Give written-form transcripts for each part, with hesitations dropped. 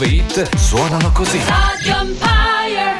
nuove hit suonano così. Radio Empire.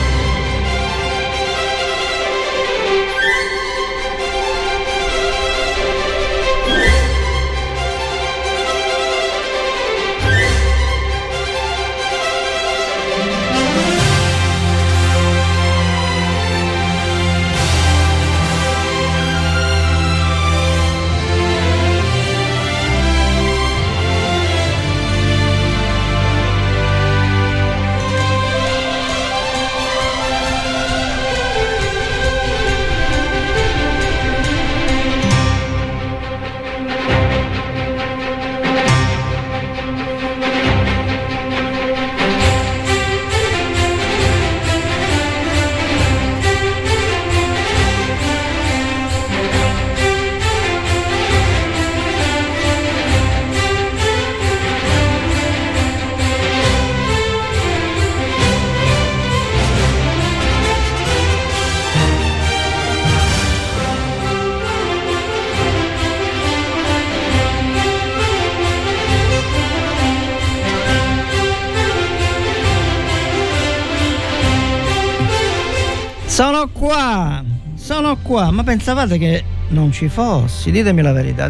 Sono qua, ma pensavate che non ci fossi? Ditemi la verità.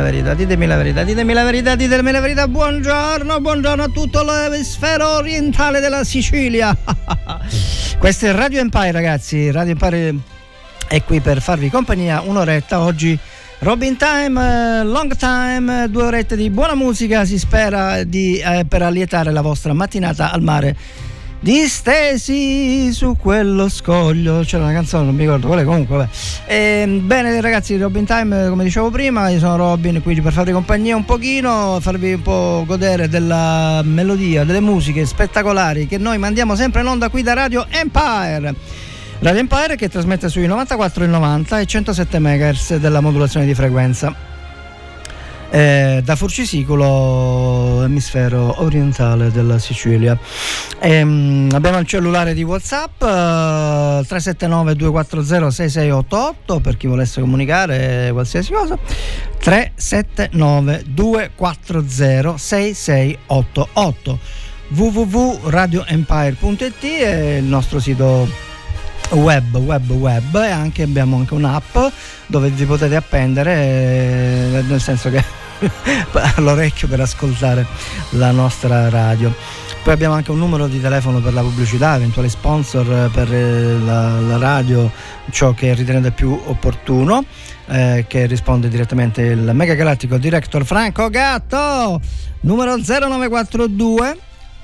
Buongiorno a tutto l'emisfero orientale della Sicilia. Questo è Radio Empire, ragazzi. Radio Empire è qui per farvi compagnia un'oretta oggi. Robin Time, Long Time, 2 orette di buona musica, si spera per allietare la vostra mattinata al mare. Distesi su quello scoglio, c'era una canzone, non mi ricordo quale, comunque vabbè. Bene ragazzi, Robin Time, come dicevo prima, io sono Robin, qui per farvi compagnia un pochino, farvi un po' godere della melodia, delle musiche spettacolari che noi mandiamo sempre in onda qui da Radio Empire. Radio Empire che trasmette sui 94 e 90 e 107 MHz della modulazione di frequenza. Da Furcisicolo, emisfero orientale della Sicilia. Abbiamo il cellulare di WhatsApp 379 240 6688 per chi volesse comunicare qualsiasi cosa. 379 240 6688. www.radioempire.it è il nostro sito web, e abbiamo anche un'app dove vi potete appendere, nel senso che all'orecchio per ascoltare la nostra radio. Poi abbiamo anche un numero di telefono per la pubblicità, eventuali sponsor per la radio, ciò che ritenete più opportuno, che risponde direttamente il mega galattico director Franco Gatto, numero 0942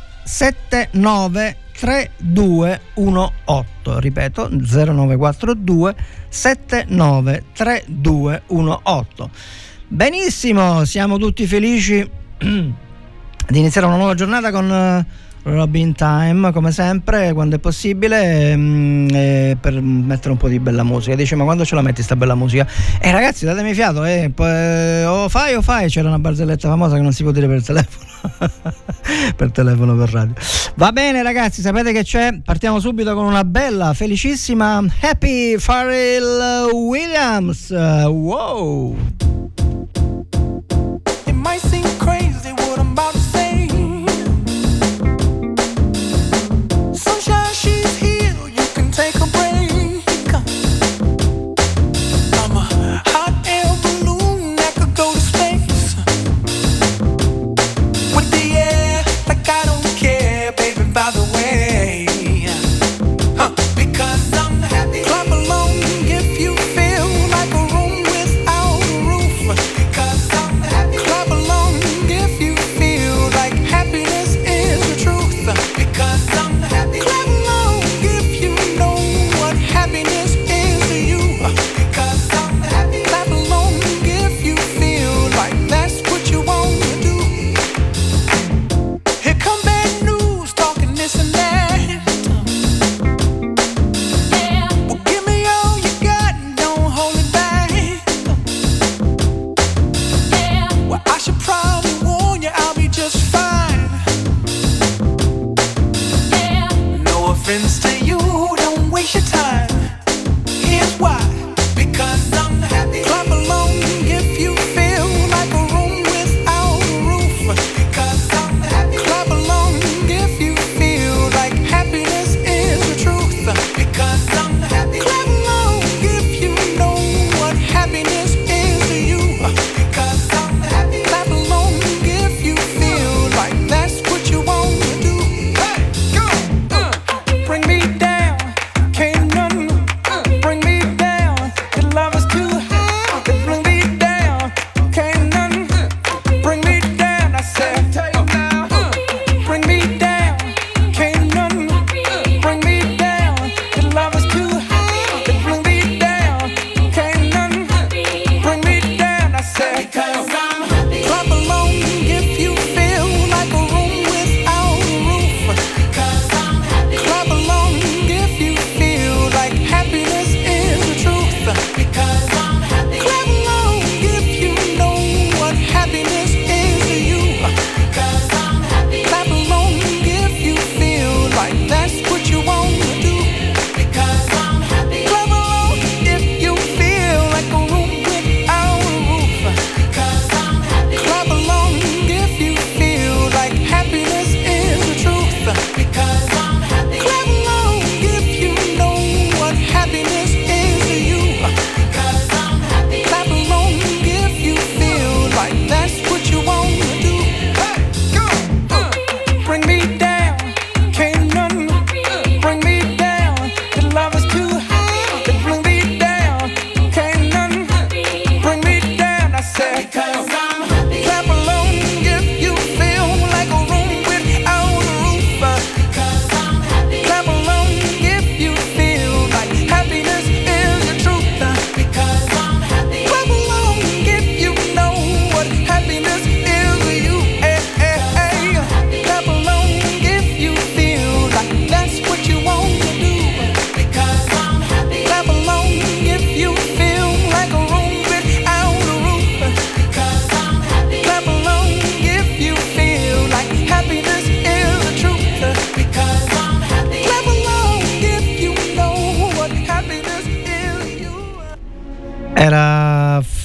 79 3218, ripeto 0942 79 3218. Benissimo, siamo tutti felici di iniziare una nuova giornata con Robin Time, come sempre, quando è possibile, per mettere un po' di bella musica. Dice, ma quando ce la metti sta bella musica? Ragazzi, datemi fiato, o fai, c'era una barzelletta famosa che non si può dire per telefono. Per telefono, per radio. Va bene ragazzi, sapete che c'è? Partiamo subito con una bella, felicissima Happy Pharrell Williams. Wow. It might seem crazy what I'm about to say. Sunshine, she's here, you can take a break. I'm a hot air balloon that could go to space. With the air, like I don't care, baby, by the way. Because I'm happy. Clap along if you feel like a room without a roof.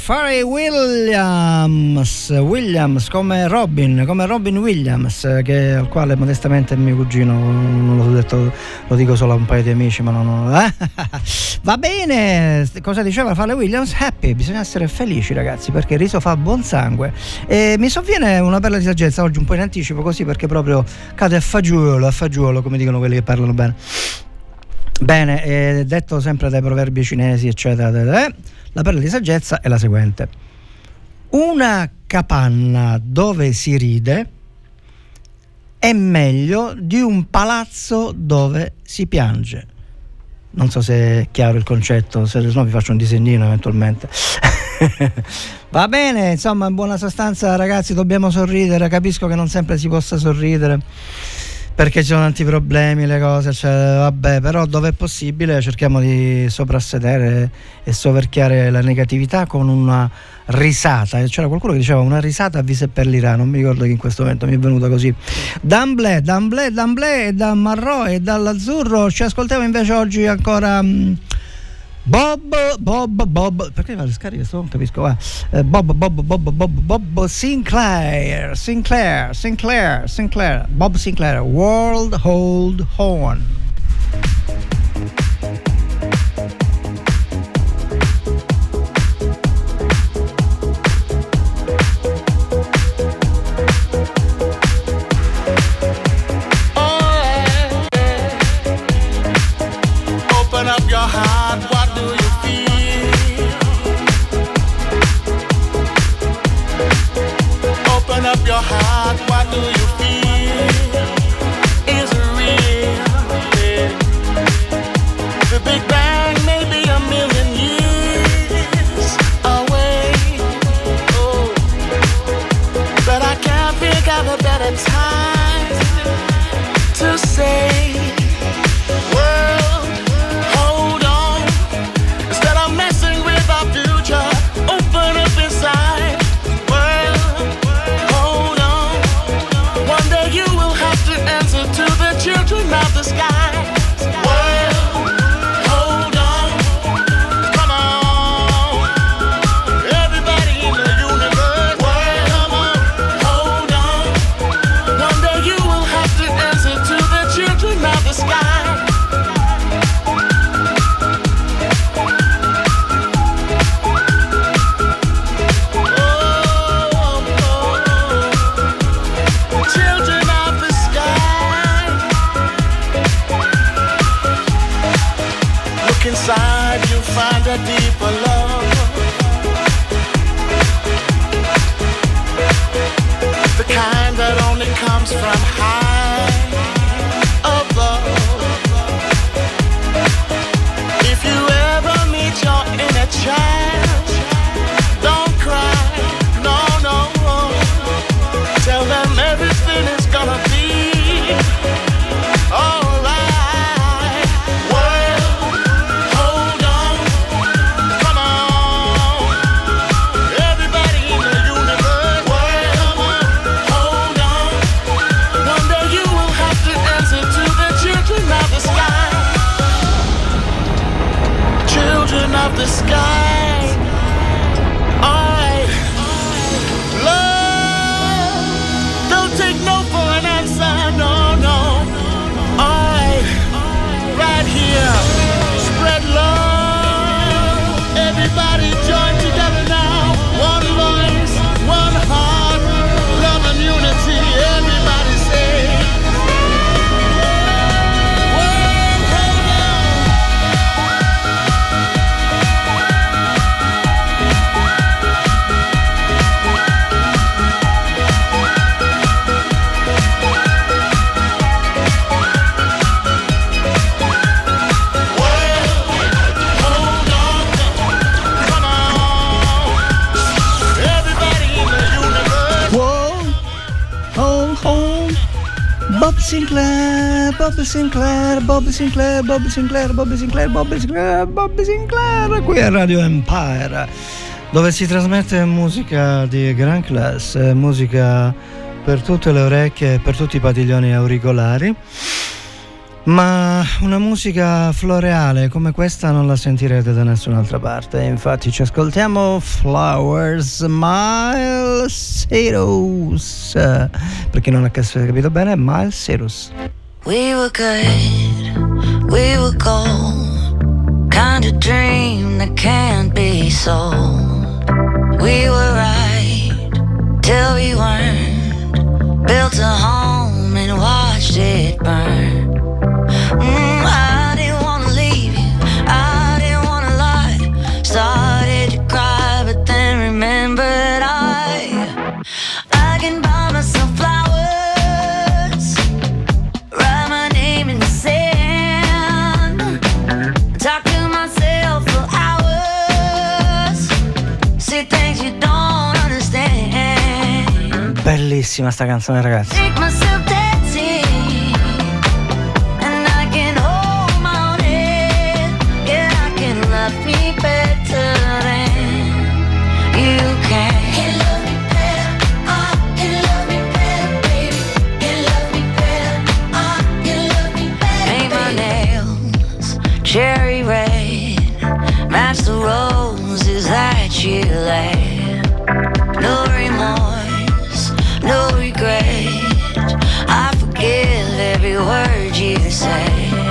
Pharrell Williams come Robin Williams, al quale modestamente mio cugino, non l'ho detto, lo dico solo a un paio di amici, ma non va bene. Cosa diceva Pharrell Williams? Happy, bisogna essere felici, ragazzi, perché il riso fa buon sangue. E mi sovviene una perla di saggezza oggi, un po' in anticipo, così, perché proprio cade a fagiolo, come dicono quelli che parlano bene. Bene, detto sempre dai proverbi cinesi, eccetera, la perla di saggezza è la seguente: una capanna dove si ride è meglio di un palazzo dove si piange. Non so se è chiaro il concetto, se no vi faccio un disegnino eventualmente. Va bene, insomma, in buona sostanza, ragazzi, dobbiamo sorridere. Capisco che non sempre si possa sorridere, perché ci sono tanti problemi, le cose, cioè, vabbè, però dove è possibile cerchiamo di soprassedere e soverchiare la negatività con una risata. C'era qualcuno che diceva una risata a vi seppellirà, non mi ricordo che in questo momento mi è venuta così. D'Amblè, da Marrò e dall'Azzurro ci ascoltiamo invece oggi ancora Bob, perché le scariche? Non capisco. Bob Sinclair, Bob Sinclair, World Hold On. Open up your heart, what do you feel? Open up your heart, what do you feel? Is it real? Yeah. The Big Bang may be a million years away. Oh, but I can't think of a better time to say, world, hold on. Instead of messing with our future, open up inside. World, hold on. One day you will have to answer to the children of the sky. World, hold on. Come on. Everybody in the universe. World, come on. Hold on. One day you will have to answer to the children of the sky. Children of the sky. Look inside, you'll find a deeper love. The kind that only comes from high above. If you ever meet your inner child, don't cry, no, no. Tell them everything is gonna be alright. World, hold on. Come on. Everybody in the universe. World, come on. Hold on. One day you will have to answer to the children of the sky. Children of the sky. Alright. Love, don't take no for an answer, no, no. Alright, right here, spread love. Everybody join together now. One voice, one heart, love and unity. Everybody say, world, hold on. Bob Sinclair, qui a Radio Empire, dove si trasmette musica di gran classe, musica per tutte le orecchie e per tutti i padiglioni auricolari. Ma una musica floreale come questa non la sentirete da nessun'altra parte. Infatti ci ascoltiamo Flowers, Miles Cyrus. Per chi non ha capito bene, Miles Cyrus. We were good, we were gold, kind of dream that can't be sold. We were right till we weren't, built a home and watched it burn. I didn't wanna leave you, I didn't wanna lie. Started to cry, but then remembered I can buy myself flowers, write my name in the sand, talk to myself for hours, see things you don't understand. Bellissima sta canzone, ragazzi. Take myself dancing. Me better than you can. Can love me better, can love me better, baby. Can love me better, can love me better. Paint my nails cherry red, match the roses that you laid. No remorse, no regret. I forgive every word you say.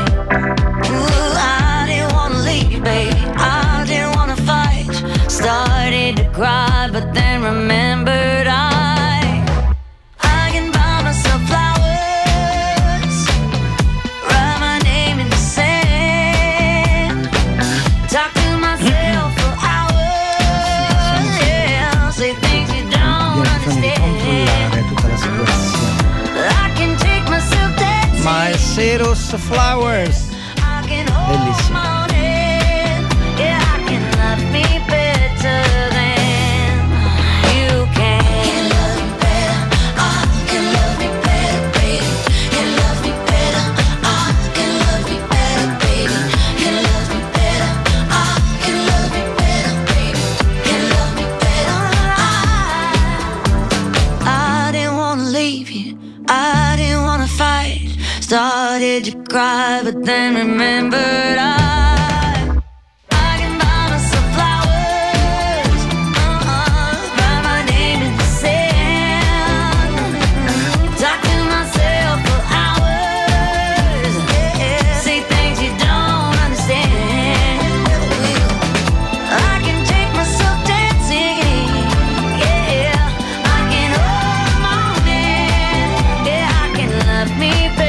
I didn't wanna leave, baby. I didn't wanna fight. Started to cry, but then remembered I can buy myself flowers, write my name in the sand, talk to myself for hours, yeah, say things you don't understand. Tutta la situazione. I can take myself dancing. Miles Cyrus, Flowers. Bellissimo. Started to cry, but then remembered I can buy myself flowers, write my name in the sand, talk to myself for hours, yeah, say things you don't understand. I can take myself dancing, yeah, I can hold my hand, yeah, I can love me better.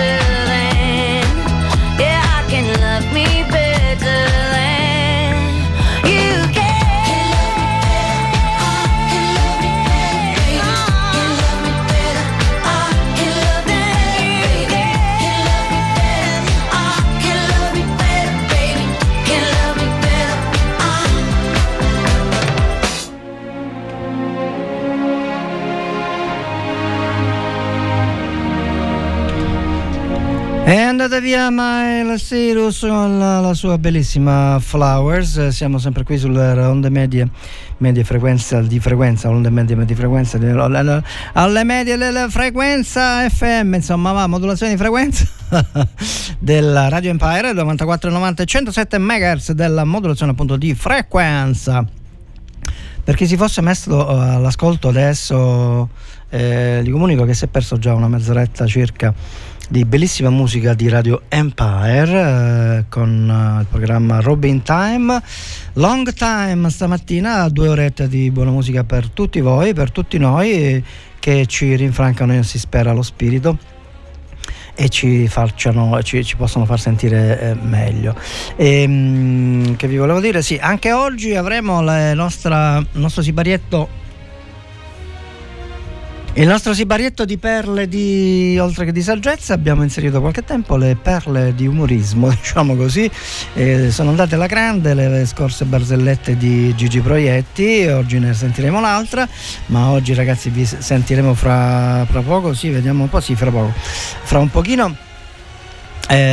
È andata via Miles Cyrus con la sua bellissima Flowers. Siamo sempre qui sulle onde medie frequenza, onde medie di frequenza, alle medie della frequenza FM, insomma, modulazione di frequenza della Radio Empire 94, 90 e 107 MHz della modulazione appunto di frequenza. Per chi si fosse messo all'ascolto adesso, gli comunico che si è perso già una mezz'oretta circa di bellissima musica di Radio Empire, con il programma Robin Time, Long Time stamattina, 2 orette di buona musica per tutti voi, per tutti noi, che ci rinfrancano, si spera, lo spirito e ci possono far sentire meglio. Che vi volevo dire? Sì, anche oggi avremo il nostro sibarietto. Il nostro sibarietto di perle oltre che di saggezza. Abbiamo inserito qualche tempo le perle di umorismo, diciamo così. Sono andate alla grande le scorse barzellette di Gigi Proietti, oggi ne sentiremo un'altra, ma oggi, ragazzi, vi sentiremo fra poco, sì, vediamo un po', sì, fra un pochino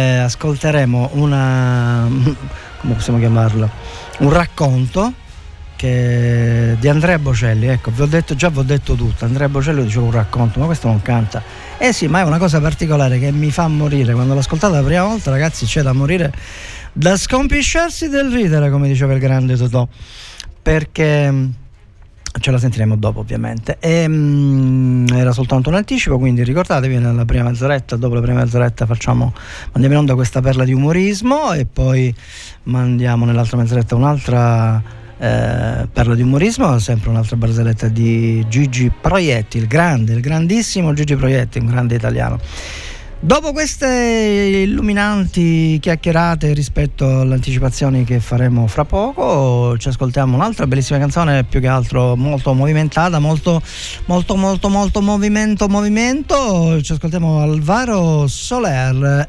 ascolteremo come possiamo chiamarla? Un racconto di Andrea Bocelli. Ecco, vi ho detto tutto. Andrea Bocelli dicevo un racconto, ma questo non canta. Sì, ma è una cosa particolare che mi fa morire. Quando l'ho ascoltata la prima volta, ragazzi, c'è da morire, da scompisciarsi del ridere, come diceva il grande Totò, perché ce la sentiremo dopo, ovviamente. Era soltanto un anticipo, quindi ricordatevi, nella prima mezz'oretta, dopo la prima mezz'oretta mandiamo in onda questa perla di umorismo, e poi mandiamo nell'altra mezz'oretta un'altra perla di umorismo, sempre un'altra barzelletta di Gigi Proietti, il grandissimo Gigi Proietti, un grande italiano. Dopo queste illuminanti chiacchierate rispetto alle anticipazioni che faremo fra poco, ci ascoltiamo un'altra bellissima canzone, più che altro molto movimentata, molto movimento. Ci ascoltiamo Alvaro Soler,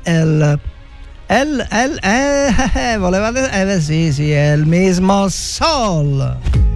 volevate? Sì, è il mismo Sol.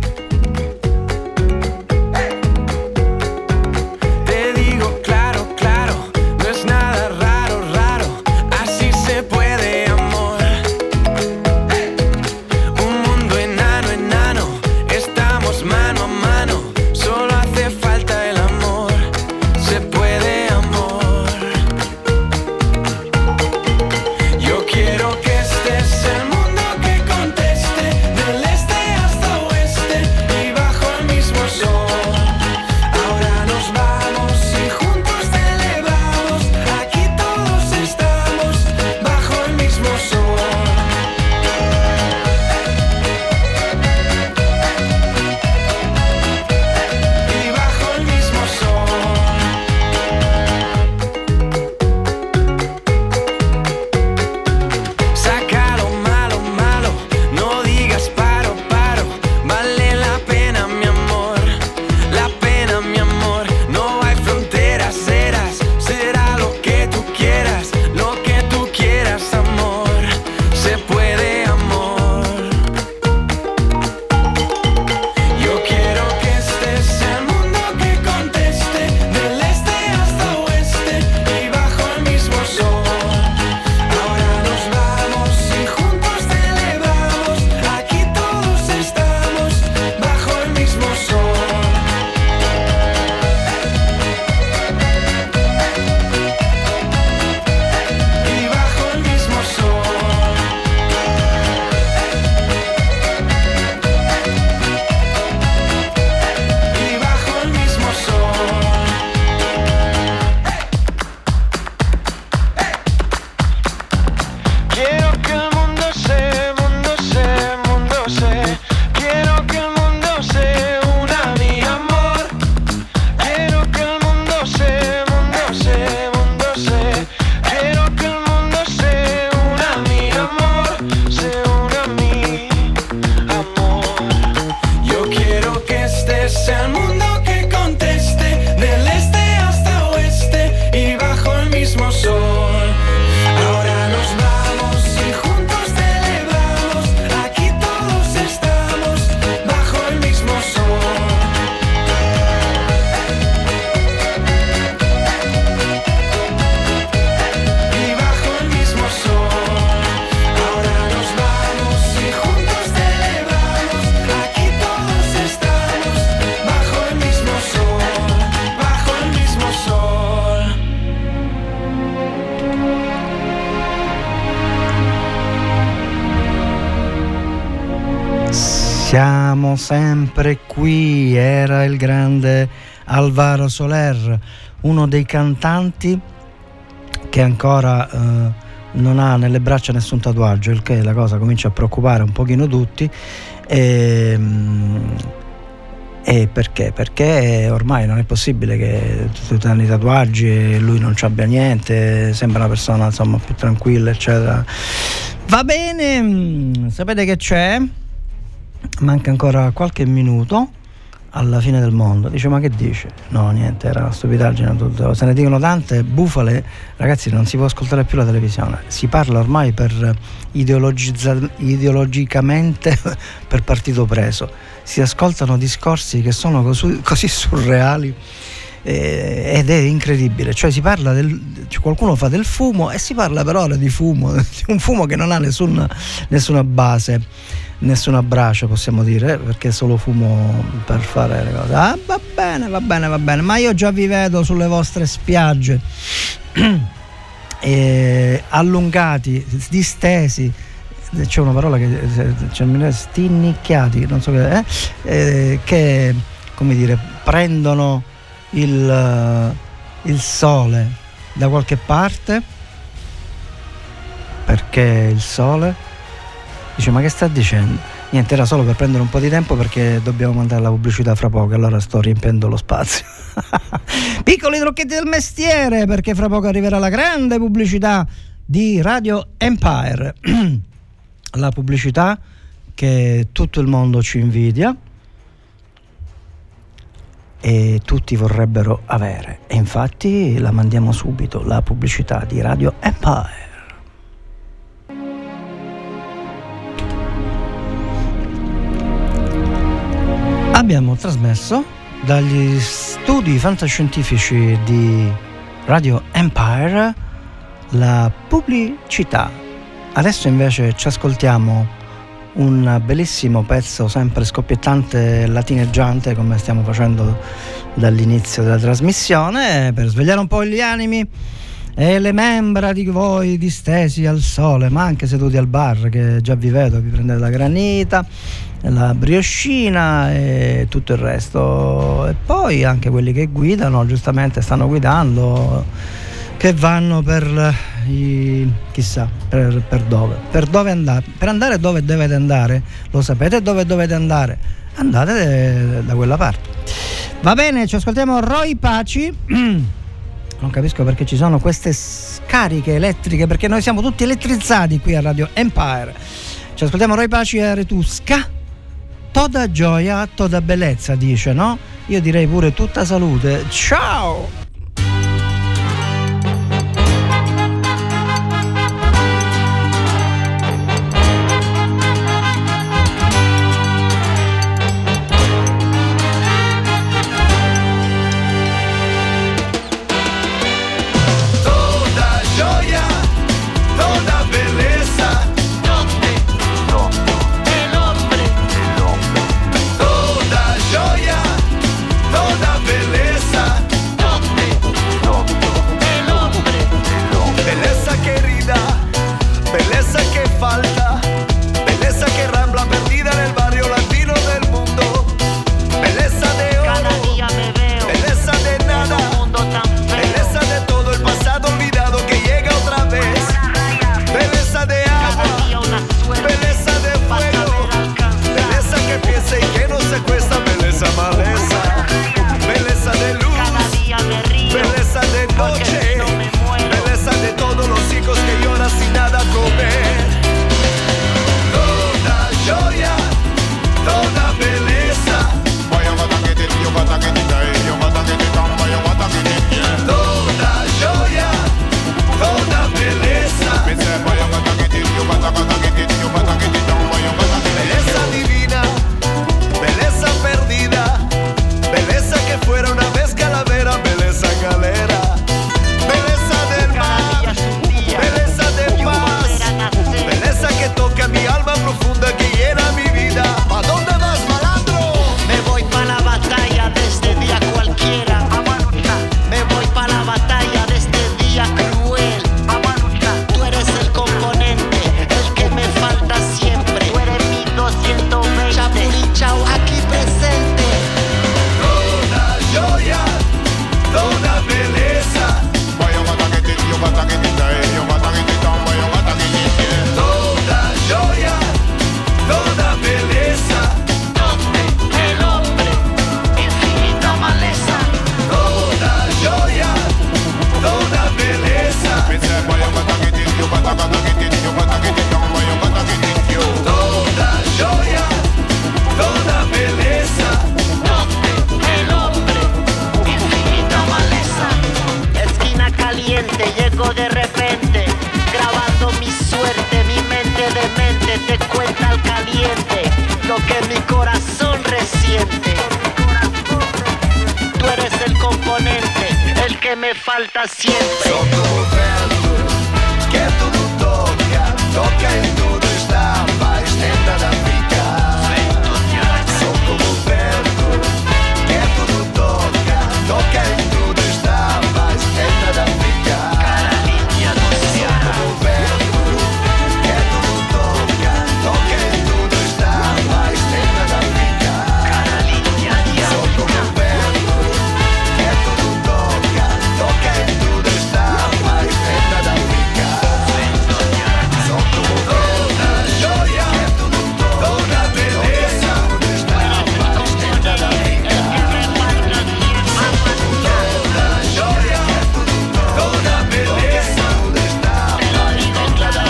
Siamo sempre qui, era il grande Alvaro Soler, uno dei cantanti che ancora non ha nelle braccia nessun tatuaggio, il che la cosa comincia a preoccupare un pochino tutti. E perché? Perché ormai non è possibile che tutti hanno i tatuaggi e lui non ci abbia niente, sembra una persona insomma più tranquilla, eccetera. Va bene, sapete che c'è? Manca ancora qualche minuto alla fine del mondo. Dice, ma che dice? No, niente, era una stupidaggine tutto. Se ne dicono tante bufale, ragazzi, non si può ascoltare più la televisione, si parla ormai per ideologicamente per partito preso, si ascoltano discorsi che sono così surreali ed è incredibile, cioè si parla qualcuno fa del fumo e si parla per ore di fumo, di un fumo che non ha nessuna base, nessuna brace, possiamo dire, perché è solo fumo per fare le cose. Va bene, ma io già vi vedo sulle vostre spiagge allungati, distesi, c'è una parola che stinnicchiati, non so che come dire, prendono il sole da qualche parte, perché il sole dice: ma che sta dicendo? Niente, era solo per prendere un po' di tempo, perché dobbiamo mandare la pubblicità fra poco, allora sto riempiendo lo spazio. Piccoli trucchetti del mestiere, perché fra poco arriverà la grande pubblicità di Radio Empire. La pubblicità che tutto il mondo ci invidia e tutti vorrebbero avere, e infatti la mandiamo subito, la pubblicità di Radio Empire. Abbiamo trasmesso dagli studi fantascientifici di Radio Empire la pubblicità. Adesso invece ci ascoltiamo un bellissimo pezzo, sempre scoppiettante e latineggiante, come stiamo facendo dall'inizio della trasmissione, per svegliare un po' gli animi e le membra di voi distesi al sole, ma anche seduti al bar, che già vi vedo, vi prendete la granita, la brioscina e tutto il resto, e poi anche quelli che guidano, giustamente stanno guidando, che vanno per chissà per dove andare, per andare dove dovete andare. Lo sapete dove dovete andare? Andate da quella parte. Va bene, ci ascoltiamo Roy Paci. Non capisco perché ci sono queste scariche elettriche, perché noi siamo tutti elettrizzati qui a Radio Empire. Ci ascoltiamo Roy Paci e Retusca. Toda gioia, toda bellezza, dice, no? Io direi pure tutta salute. Ciao! Tú eres el componente. que me falta siempre. Son como vento que tudo toca, toca em tudo está mais tenta da ficar. Sou como vento que tudo toca, toca em tudo está mais tenta da ficar. Sou como vento que tudo toca, toca em tudo está mais tenta da ficar. Sou como vento que tudo toca, toca em tudo está mais tenta da ficar. Sou como toda joia que tudo toda beleza está mais tenta da ficar. Toda joia que tudo toda beleza está mais tenta da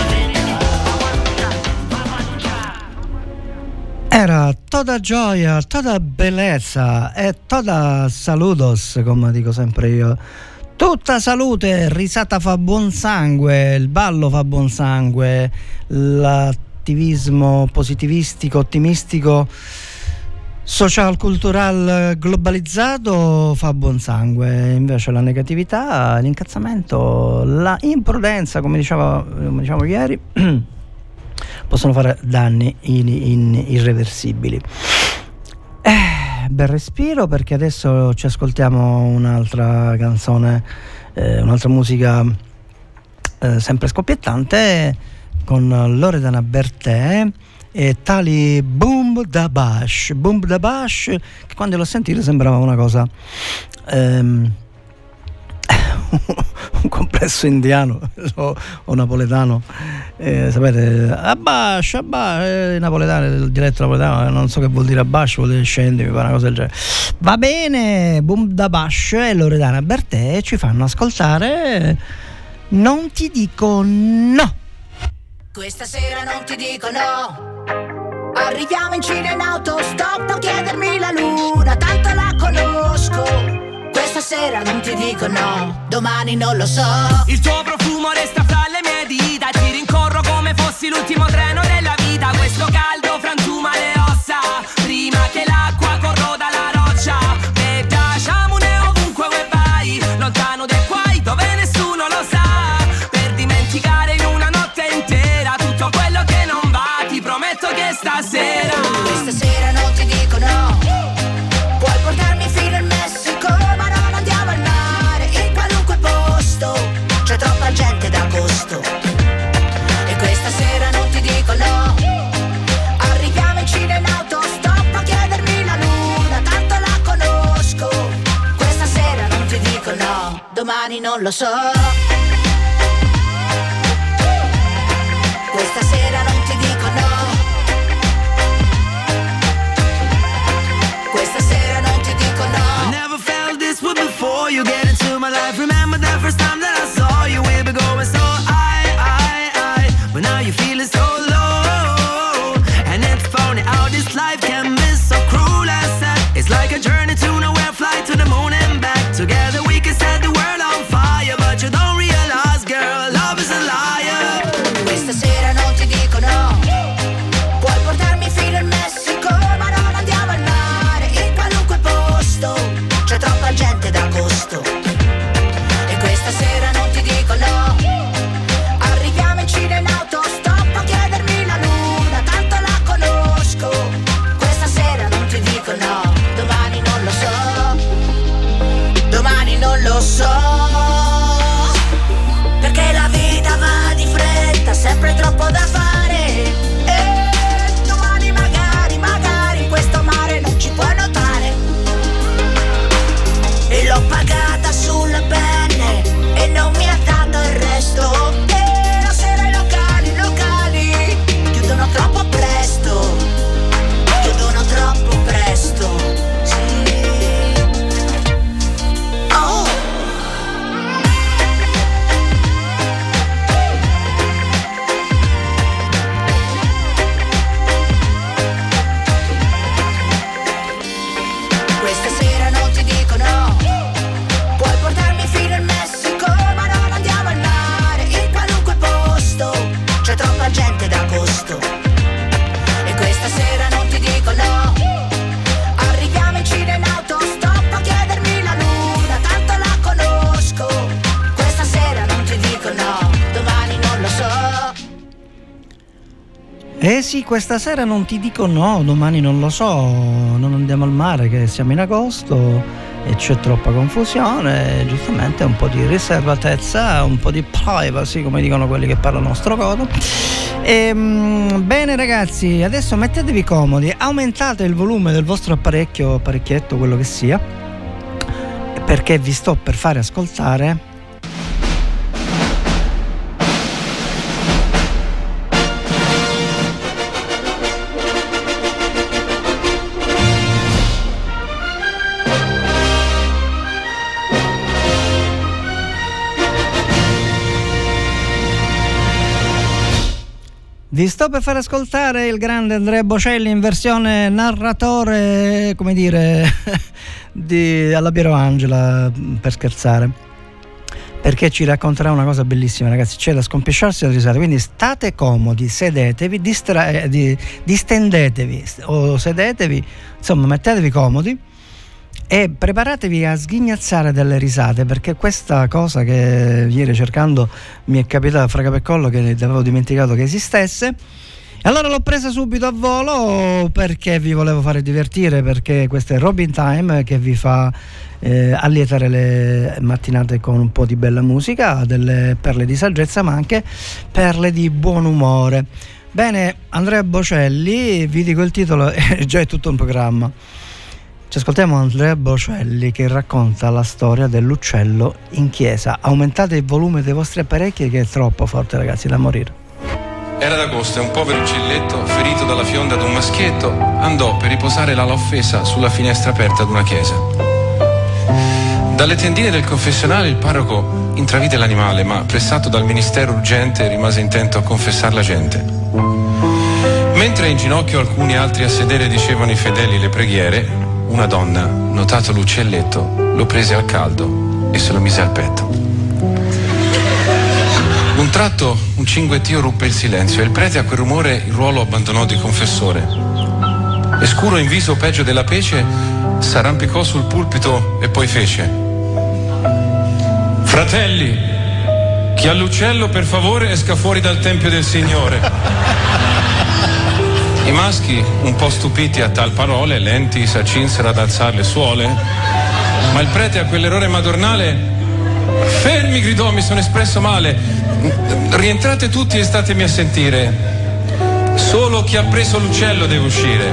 ficar. Era toda gioia, toda bellezza e toda saludos, come dico sempre io. Tutta salute, risata fa buon sangue, il ballo fa buon sangue, l'attivismo positivistico, ottimistico, social, cultural, globalizzato fa buon sangue. Invece la negatività, l'incazzamento, la imprudenza, come diciamo ieri, possono fare danni irreversibili. Bel respiro, perché adesso ci ascoltiamo un'altra canzone, un'altra musica sempre scoppiettante, con Loredana Bertè e tali Boom da Bash, che quando l'ho sentito sembrava una cosa un complesso indiano o napoletano, sapete, Abash, napoletano, il dialetto napoletano, non so che vuol dire Abash, vuol dire scendi, mi pare una cosa del genere. Va bene, Boom da Bash e Loredana Bertè ci fanno ascoltare Non ti dico no. Questa sera non ti dico no. Arriviamo in Cina in autostop, non chiedermi la luna, tanto la conosco. Questa sera non ti dico no, domani non lo so. Il tuo profumo resta fra le mie dita, ti rincorro come fossi l'ultimo treno della vita. Questo caldo frantuma le ossa, prima che l'acqua corroda la roccia. E piacciamone ovunque vai, lontano dai guai dove nessuno lo sa. Per dimenticare in una notte intera tutto quello che non va, ti prometto che stasera. Questa sera non ti dico no. Puoi portarmi fino al Messico, ma non andiamo al mare, in qualunque posto. C'è troppa gente d'agosto. E questa sera non ti dico no. Arriviamo in Cina in autostop, a chiedermi la luna, tanto la conosco. Questa sera non ti dico no, domani non lo so. Questa sera non ti dico no. Questa sera non ti dico no. I never felt this way before you get into my life. Remember the first time that I saw you, we were going so high, but now you're feeling so low. And it's funny how this life can be so cruel and sad. It's like a journey to nowhere, fly to the moon and back. Together we can set the world on fire, but you don't realize, girl, love is a liar. Questa sera non ti dico no. Puoi portarmi fino al Messico, ma non andiamo al mare, in qualunque posto. C'è troppa gente d'agosto. E questa sera non ti dico no. Arriviamo in Cina in autostop, a chiedermi la luna, tanto la conosco. Questa sera non ti dico no, domani non lo so. Domani non lo so. Perché la vita va di fretta, sempre troppo da fare. E domani magari in questo mare non ci puoi notare. E l'ho pagata sulle penne e non mi ha dato il resto. E la sera i locali chiudono troppo presto. Chiudono troppo presto. Sì. Oh. Eh sì, questa sera non ti dico no, domani non lo so, non andiamo al mare che siamo in agosto e c'è troppa confusione, giustamente un po' di riservatezza, un po' di privacy, come dicono quelli che parlano nostro codo. Bene ragazzi, adesso mettetevi comodi, aumentate il volume del vostro apparecchietto, quello che sia, perché vi sto per fare ascoltare Vi sto per far ascoltare il grande Andrea Bocelli in versione narratore, come dire, alla Piero Angela, per scherzare, perché ci racconterà una cosa bellissima, ragazzi. C'è da scompisciarsi da risate, quindi state comodi, sedetevi, distendetevi o sedetevi, insomma mettetevi comodi e preparatevi a sghignazzare delle risate, perché questa cosa che ieri cercando mi è capitata fra capo e collo, che avevo dimenticato che esistesse, e allora l'ho presa subito a volo perché vi volevo fare divertire, perché questo è Robin Time che vi fa allietare le mattinate con un po' di bella musica, delle perle di saggezza ma anche perle di buon umore. Bene, Andrea Bocelli, vi dico il titolo, già è tutto un programma. Ci ascoltiamo Andrea Bocelli che racconta la storia dell'uccello in chiesa. Aumentate il volume dei vostri apparecchi che è troppo forte, ragazzi, da morire. Era d'agosto e un povero uccelletto, ferito dalla fionda d'un maschietto, andò per riposare l'ala offesa sulla finestra aperta d'una chiesa. Dalle tendine del confessionale il parroco intravide l'animale, ma pressato dal ministero urgente rimase intento a confessar la gente. Mentre in ginocchio alcuni altri a sedere dicevano i fedeli le preghiere, una donna, notato l'uccelletto, lo prese al caldo e se lo mise al petto. Un tratto un cinguettio ruppe il silenzio e il prete a quel rumore il ruolo abbandonò di confessore. E scuro in viso peggio della pece s'arrampicò sul pulpito e poi fece: fratelli, chi ha l'uccello per favore esca fuori dal tempio del Signore. I maschi, un po' stupiti a tal parole, lenti s'accinsero ad alzar le suole, ma il prete a quell'errore madornale: fermi, gridò, mi sono espresso male, rientrate tutti e statemi a sentire, solo chi ha preso l'uccello deve uscire.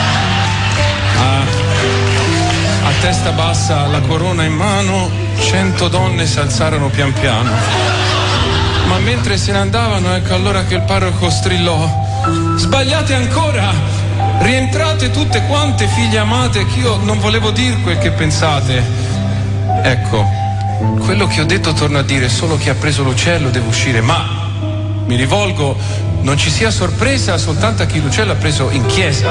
A testa bassa, la corona in mano, 100 donne s'alzarono pian piano, ma mentre se ne andavano, ecco allora che il parroco strillò: sbagliate ancora, rientrate tutte quante, figlie amate, che io non volevo dir quel che pensate. Ecco, quello che ho detto torno a dire, solo chi ha preso l'uccello deve uscire, ma mi rivolgo, non ci sia sorpresa soltanto a chi l'uccello ha preso in chiesa.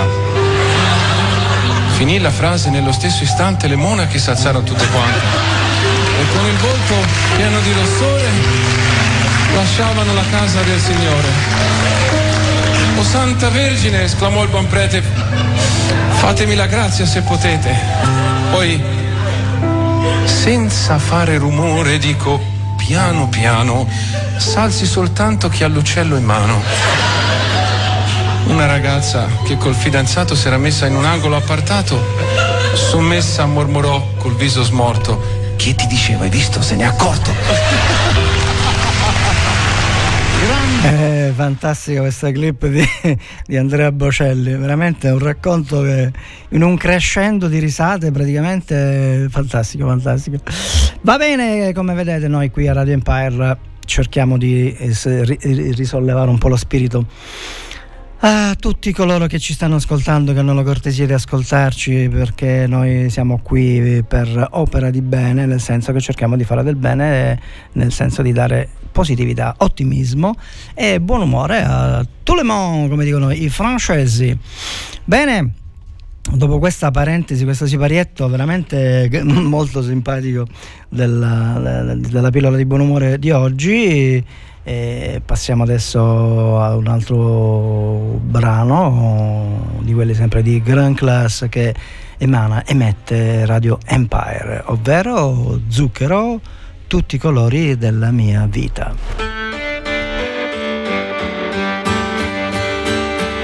Finì la frase, nello stesso istante le monache si alzarono tutte quante e con il volto pieno di rossore lasciavano la casa del Signore. O Santa Vergine, esclamò il buon prete, fatemi la grazia se potete. Poi, senza fare rumore, dico piano piano, s'alzi soltanto chi ha l'uccello in mano. Una ragazza che col fidanzato si era messa in un angolo appartato, sommessa mormorò col viso smorto: chi ti diceva, hai visto, se ne è accorto. Fantastica questa clip di Andrea Bocelli, veramente un racconto che in un crescendo di risate, praticamente fantastico. Va bene, come vedete noi qui a Radio Empire cerchiamo di risollevare un po' lo spirito a tutti coloro che ci stanno ascoltando, che hanno la cortesia di ascoltarci, perché noi siamo qui per opera di bene, nel senso che cerchiamo di fare del bene, nel senso di dare positività, ottimismo e buon umore a tout le monde, come dicono i francesi. Bene, dopo questa parentesi, questo siparietto veramente molto simpatico della pillola di buon umore di oggi, passiamo adesso a un altro brano di quelli sempre di Grand Class che emette Radio Empire, ovvero Zucchero, tutti i colori della mia vita.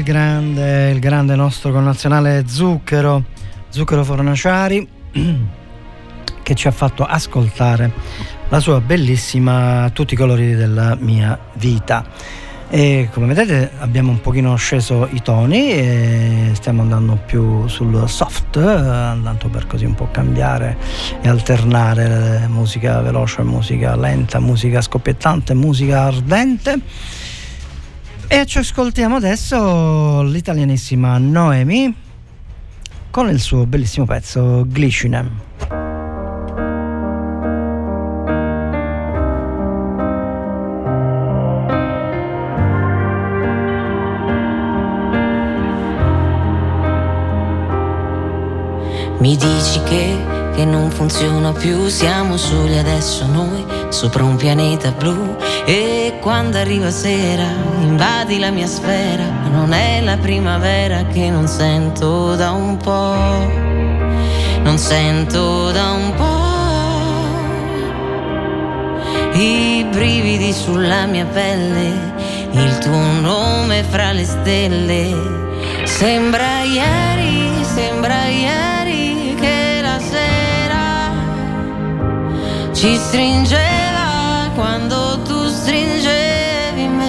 il grande nostro connazionale Zucchero Fornaciari, che ci ha fatto ascoltare la sua bellissima Tutti i colori della mia vita. E come vedete abbiamo un pochino sceso i toni e stiamo andando più sul soft, andando per così un po' cambiare e alternare musica veloce, musica lenta, musica scoppiettante, musica ardente. E ci ascoltiamo adesso l'italianissima Noemi con il suo bellissimo pezzo Glicine. Mi dici che non funziona più, siamo soli adesso noi, sopra un pianeta blu. E quando arriva sera invadi la mia sfera, ma non è la primavera che non sento da un po', non sento da un po'. I brividi sulla mia pelle, il tuo nome fra le stelle. Sembra ieri che la sera ci stringeva quando tu stringevi me.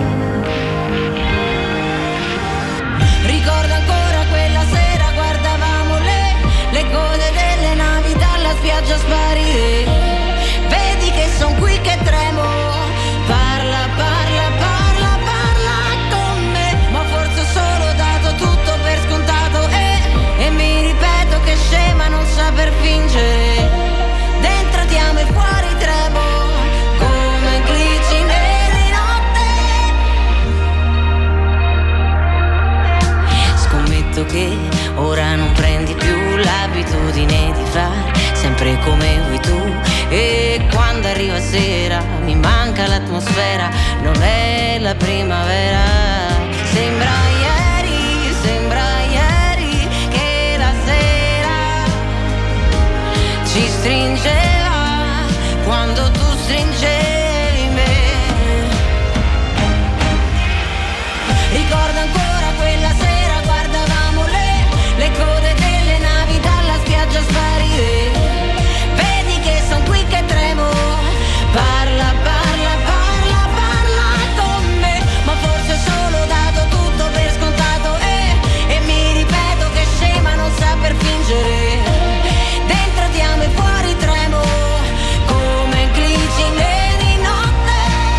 Ricordo ancora quella sera, guardavamo le code delle navi dalla spiaggia sparire. Vedi che son qui che tremo, parla, parla, parla, parla con me. Ma forse ho solo dato tutto per scontato e mi ripeto che scema non saper fingere. Dentro ti amo e fuori tremo, come glicine di notte. Scommetto che ora non prendi più l'abitudine di fare sempre come vuoi tu. E quando arriva sera mi manca l'atmosfera, non è la primavera. Sembra ieri che la sera ci stringeva quando tu stringevi me. Ricordo ancora quella sera, guardavamo le code delle navi dalla spiaggia sparire. Vedi che son qui che tremo, parla, parla, parla, parla con me. Ma forse ho solo dato tutto per scontato e mi ripeto che scema non saper fingere. Dentro ti amo e fuori tremo, come glicine di notte.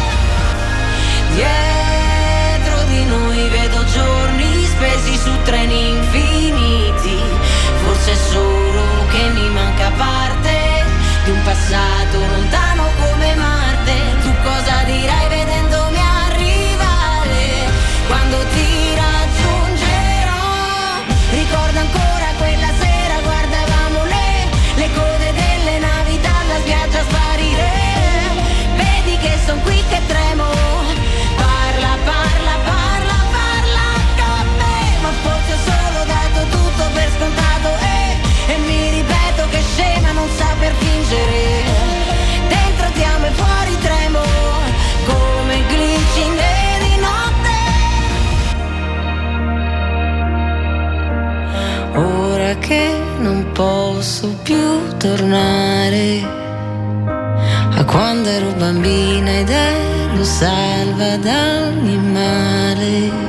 Dietro di noi vedo giorni spesi su treni infiniti. Forse è solo che mi manca parte di un passato lontano come Marte. Tu cosa dirai vedendomi arrivare quando ti raggiungerò? Ricordo ancora quella sera, guardavamo le code delle navi dalla spiaggia sparire. Vedi che son qui che tremo, parla, parla, parla, parla con me. Ma forse ho solo dato tutto per scontato e mi ripeto che scema non saper fingere. Dentro ti amo e fuori tremo, come glicine di notte. Ora che non posso più tornare a quando ero bambina ed ero salva da ogni male.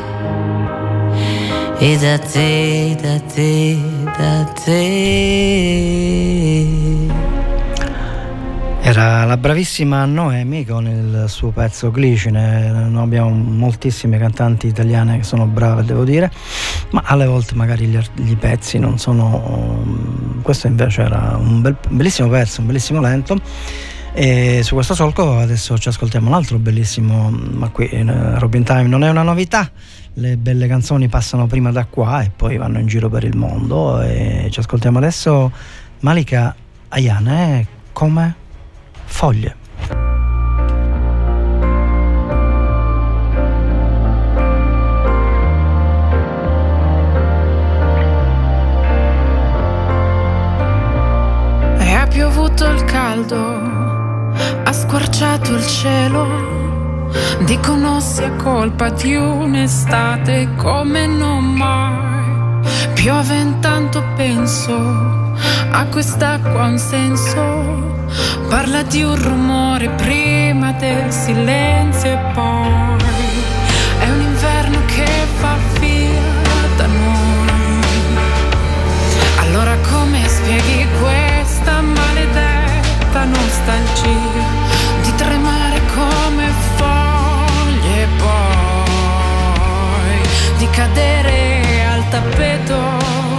E da te, da te, da te. Era la bravissima Noemi con il suo pezzo Glicine. Noi abbiamo moltissime cantanti italiane che sono brave, devo dire, ma alle volte magari gli pezzi non sono. Questo invece era un bellissimo pezzo, un bellissimo lento. E su questo solco adesso ci ascoltiamo un altro bellissimo, ma qui Robin Time non è una novità. Le belle canzoni passano prima da qua e poi vanno in giro per il mondo. E ci ascoltiamo adesso Malika Ayane come Foglie. E ha piovuto il caldo, ha squarciato il cielo, Dicono sia colpa di un'estate come non mai. Piove intanto penso a quest'acqua un senso. Parla di un rumore prima del silenzio e poi è un inverno che va via da noi. Allora come spieghi questa maledetta nostalgia di tremare come foglie e poi di cadere al tappeto?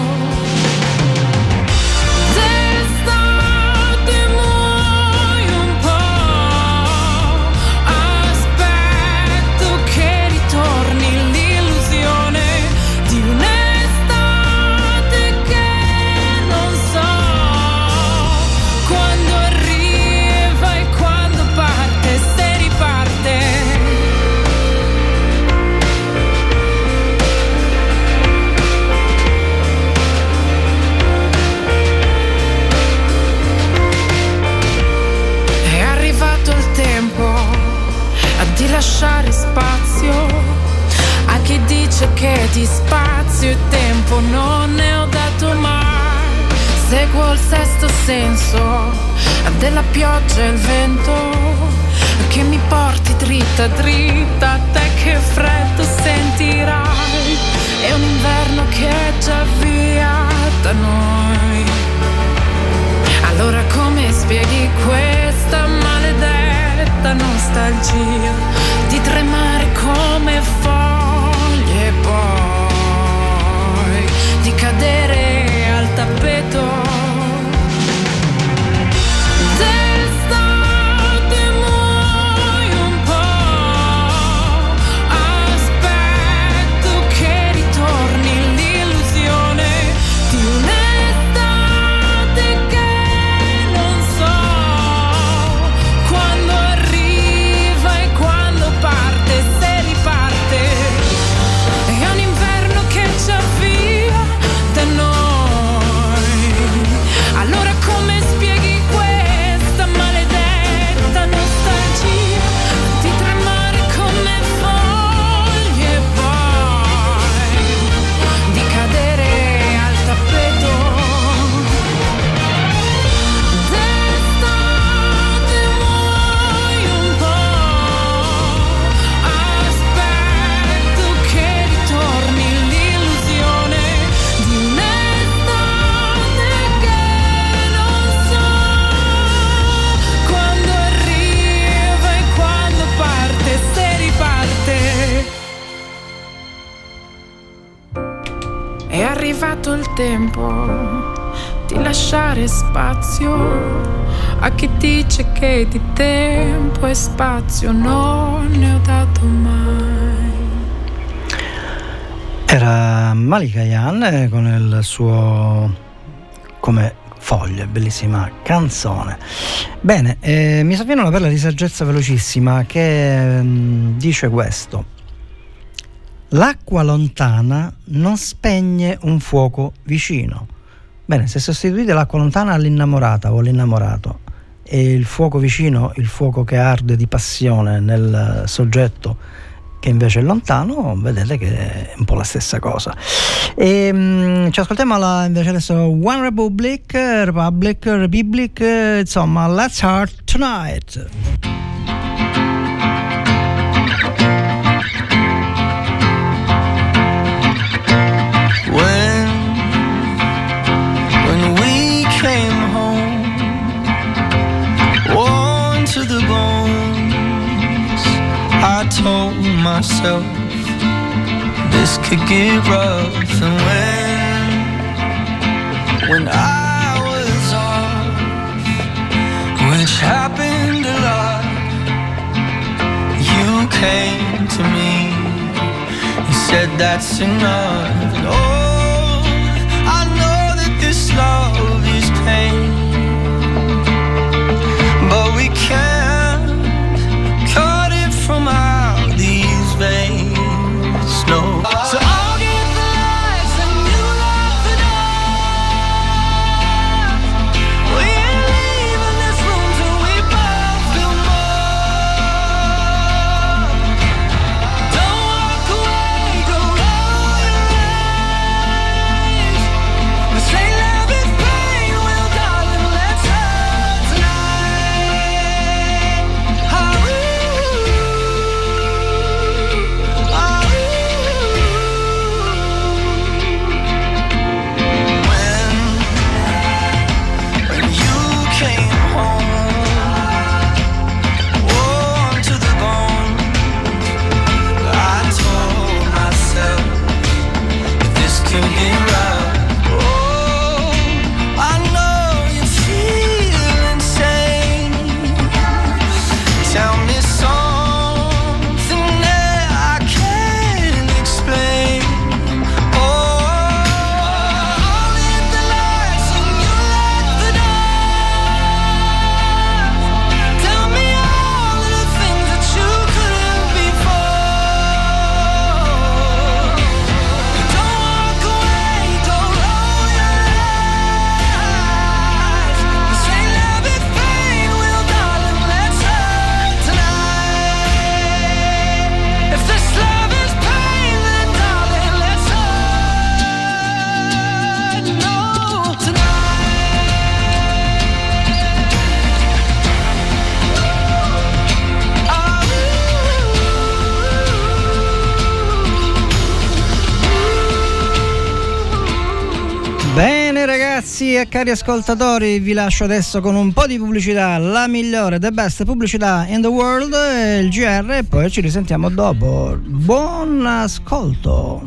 Di lasciare spazio a chi dice che di spazio e tempo non ne ho dato mai. Seguo il sesto senso della pioggia e il vento che mi porti dritta dritta, a te che freddo sentirai. È un inverno che è già via da noi. Allora come spieghi questa maledetta nostalgia di tremare come foglie e poi di cadere al tappeto? È arrivato il tempo di lasciare spazio a chi dice che di tempo e spazio non ne ho dato mai. Era Malika Ayane con il suo Come foglie, bellissima canzone. Bene, mi sovviene una perla di saggezza velocissima che dice questo: l'acqua lontana non spegne un fuoco vicino. Bene, se sostituite l'acqua lontana all'innamorata o all'innamorato e il fuoco vicino, il fuoco che arde di passione nel soggetto che invece è lontano, vedete che è un po' la stessa cosa. E ci ascoltiamo invece adesso One Republic, insomma, Let's Heart Tonight. When we came home, worn to the bones, I told myself this could get rough. And when I was off, which happened a lot, you came to me and said that's enough. And oh, I know that this love is pain, but we can't cut it from out these veins. No. So I'll get the lights and you lock the door. We ain't leaving this room till we both feel more. e cari ascoltatori, vi lascio adesso con un po' di pubblicità, la migliore, the best pubblicità in the world, il GR, e poi ci risentiamo dopo. Buon ascolto.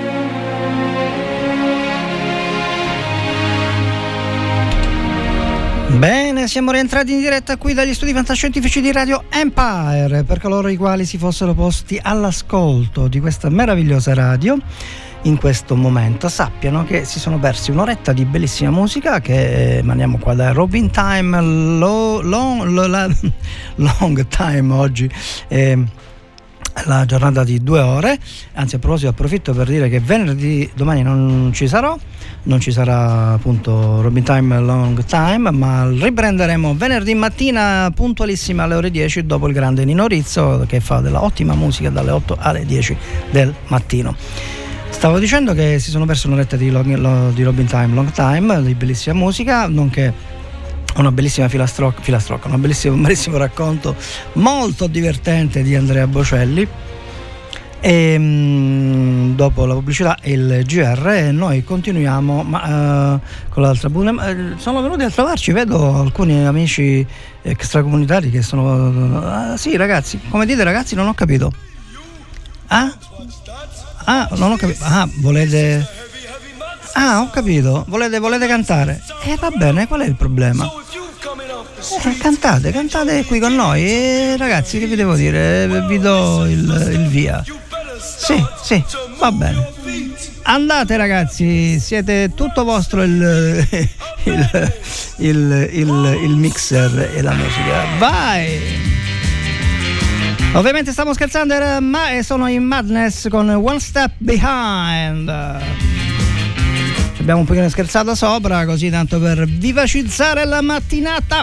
Bene, siamo rientrati in diretta qui dagli studi fantascientifici di Radio Empire. Per coloro i quali si fossero posti all'ascolto di questa meravigliosa radio in questo momento, sappiano che si sono persi un'oretta di bellissima musica che emaniamo qua da Robin Time, long time oggi. La giornata di 2 ore, anzi a proposito approfitto per dire che venerdì, domani non ci sarà appunto Robin Time Long Time, ma riprenderemo venerdì mattina puntualissima alle ore 10 dopo il grande Nino Rizzo che fa della ottima musica dalle 8 alle 10 del mattino. Stavo dicendo che si sono perse un'oretta di Robin Time Long Time, di bellissima musica, nonché una bellissima filastrocca, un bellissimo racconto molto divertente di Andrea Bocelli. E dopo la pubblicità e il GR noi continuiamo con l'altra sono venuti a trovarci, vedo alcuni amici extracomunitari che sono sì ragazzi, come dite ragazzi, non ho capito. Non ho capito. Volete ho capito, volete cantare? Va bene, qual è il problema? Cantate qui con noi, ragazzi, che vi devo dire? Vi do il via. Sì, va bene. Andate ragazzi, siete tutto vostro il mixer e la musica. Vai! Ovviamente stiamo scherzando, sono in Madness con One Step Behind. Abbiamo un pochino scherzato sopra, così tanto per vivacizzare la mattinata.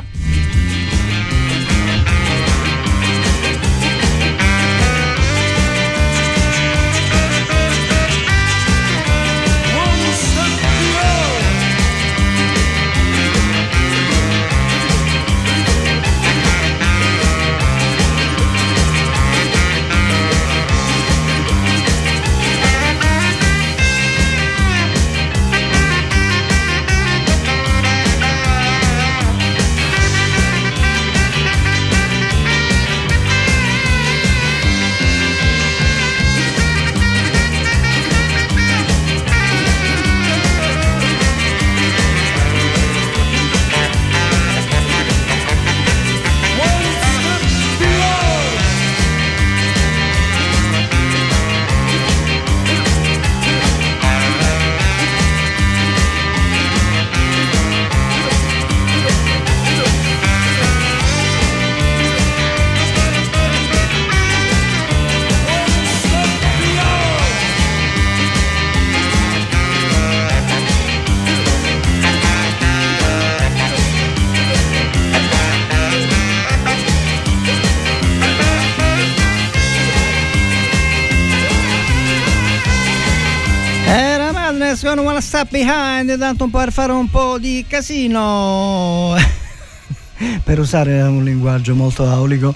Con One Step Behind, tanto un po' per fare un po' di casino per usare un linguaggio molto aulico.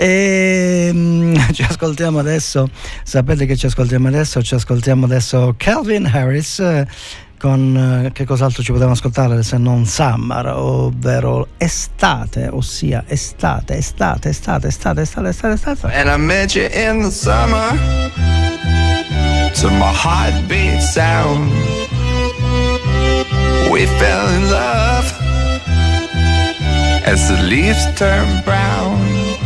Ci ascoltiamo adesso, sapete che ci ascoltiamo adesso Calvin Harris con che cos'altro ci potevamo ascoltare se non Summer, ovvero estate, ossia estate. And I met you in the summer to my heartbeat sound. We fell in love as the leaves turn brown.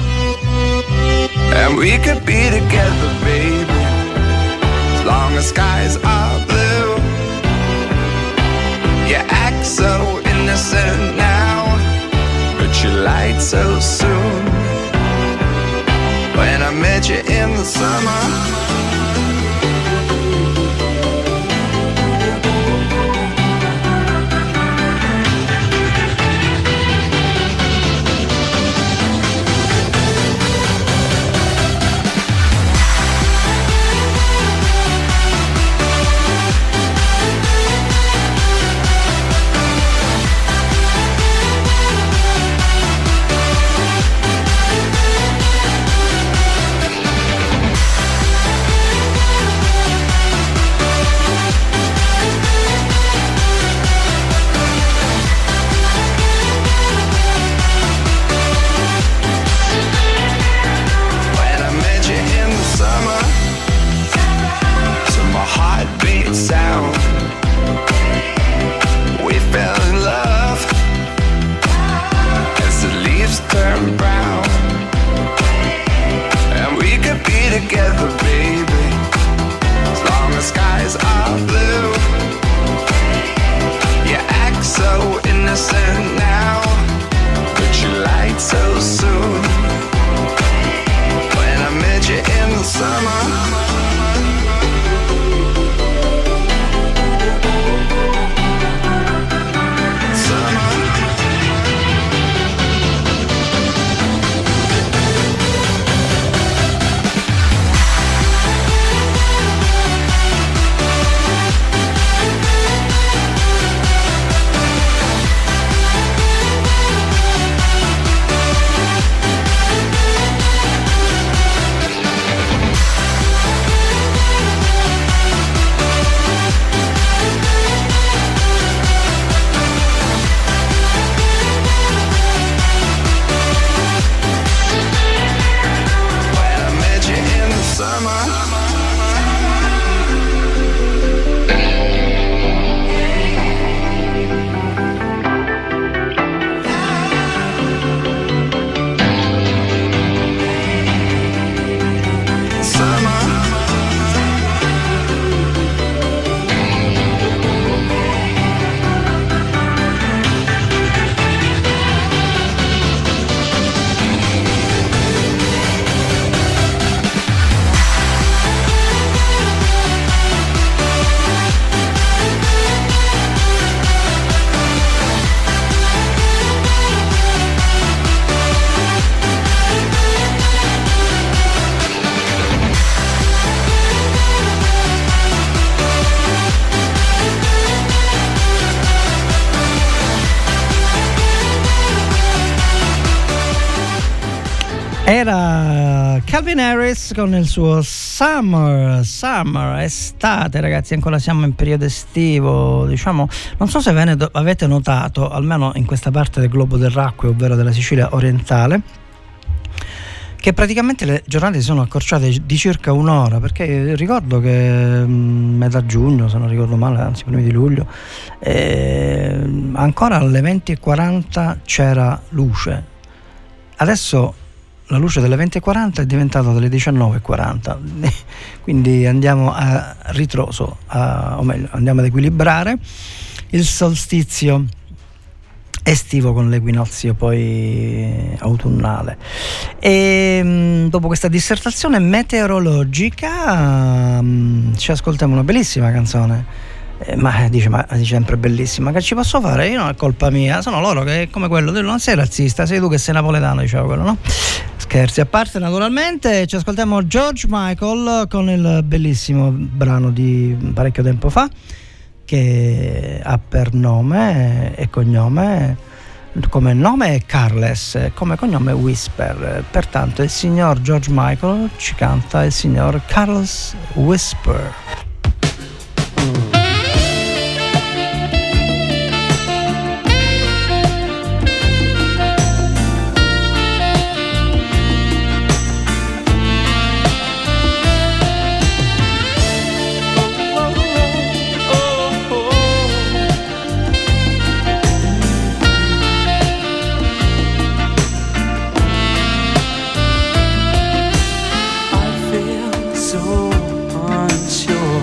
And we could be together, baby, as long as skies are blue. You act so innocent now, but you lied so soon. When I met you in the summer, and brown. And we could be together, baby, as long as skies are blue. You act so innocent now, but you lied so soon. When I met you in the summer, Era Calvin Harris con il suo Summer, estate, ragazzi, ancora siamo in periodo estivo, diciamo. Non so se avete notato, almeno in questa parte del globo terracqueo, ovvero della Sicilia orientale, che praticamente le giornate si sono accorciate di circa un'ora, perché ricordo che metà giugno, se non ricordo male, anzi primi di luglio, ancora alle 20:40 c'era luce. Adesso la luce delle 20:40 è diventata delle 19:40, quindi andiamo a ritroso, o meglio, andiamo ad equilibrare il solstizio estivo con l'equinozio poi autunnale. E dopo questa dissertazione meteorologica ci ascoltiamo una bellissima canzone. Ma dice sempre bellissima, che ci posso fare? Io non è colpa mia, sono loro che, come quello, non sei razzista, sei tu che sei napoletano, diceva quello, no? Scherzi a parte, naturalmente. Ci ascoltiamo George Michael con il bellissimo brano di parecchio tempo fa, che ha per nome e cognome, come nome è Careless, come cognome Whisper. Pertanto il signor George Michael ci canta il signor Careless Whisper. so unsure.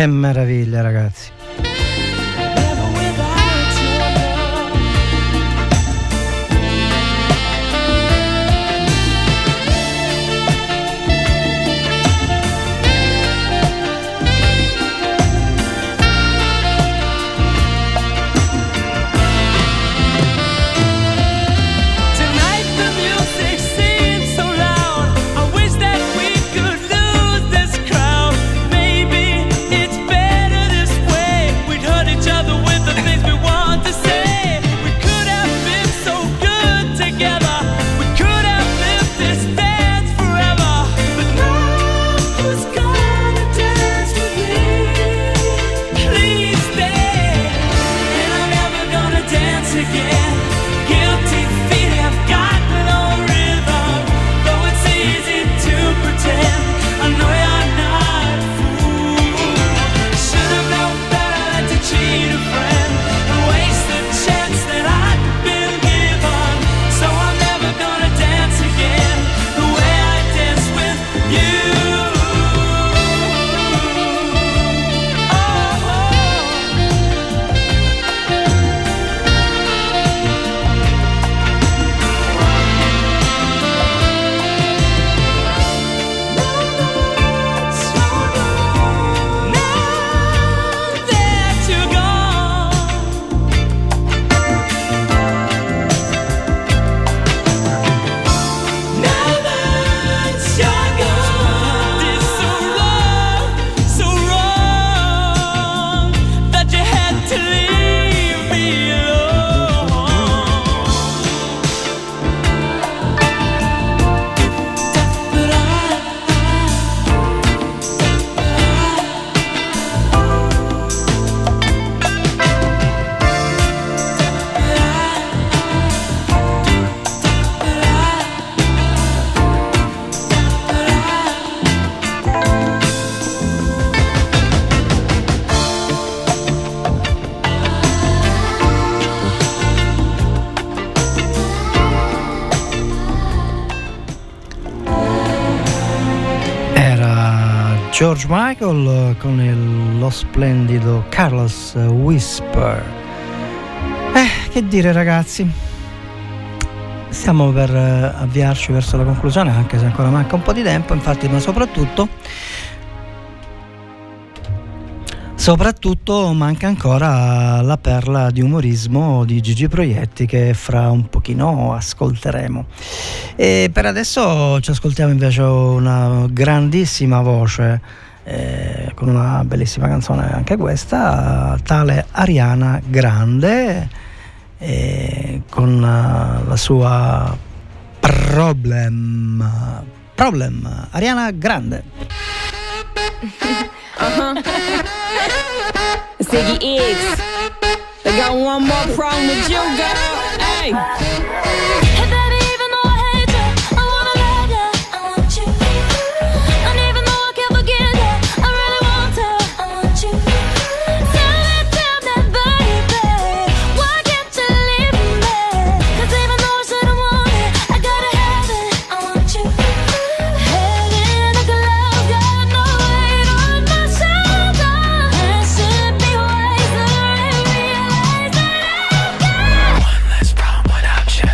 Che meraviglia, ragazzi. George Michael con lo splendido Careless Whisper. Che dire, ragazzi, stiamo per avviarci verso la conclusione, anche se ancora manca un po' di tempo, infatti, ma soprattutto manca ancora la perla di umorismo di Gigi Proietti, che fra un pochino ascolteremo. E per adesso ci ascoltiamo invece una grandissima voce, con una bellissima canzone anche questa, tale Ariana Grande, con la sua Problem. Ariana Grande. Ziggy X, I got one more problem with you, girl. Hey. Hey baby, even though I hate you, I wanna love you, I want you. And even though I can't forget you, I really want to, I want you. Tell me, baby, why can't you leave me? 'Cause even though I shouldn't want it, I gotta have it, I want you. Head in a glove, got no weight on my shoulder. And should be wise to realize that I've got one less problem without you.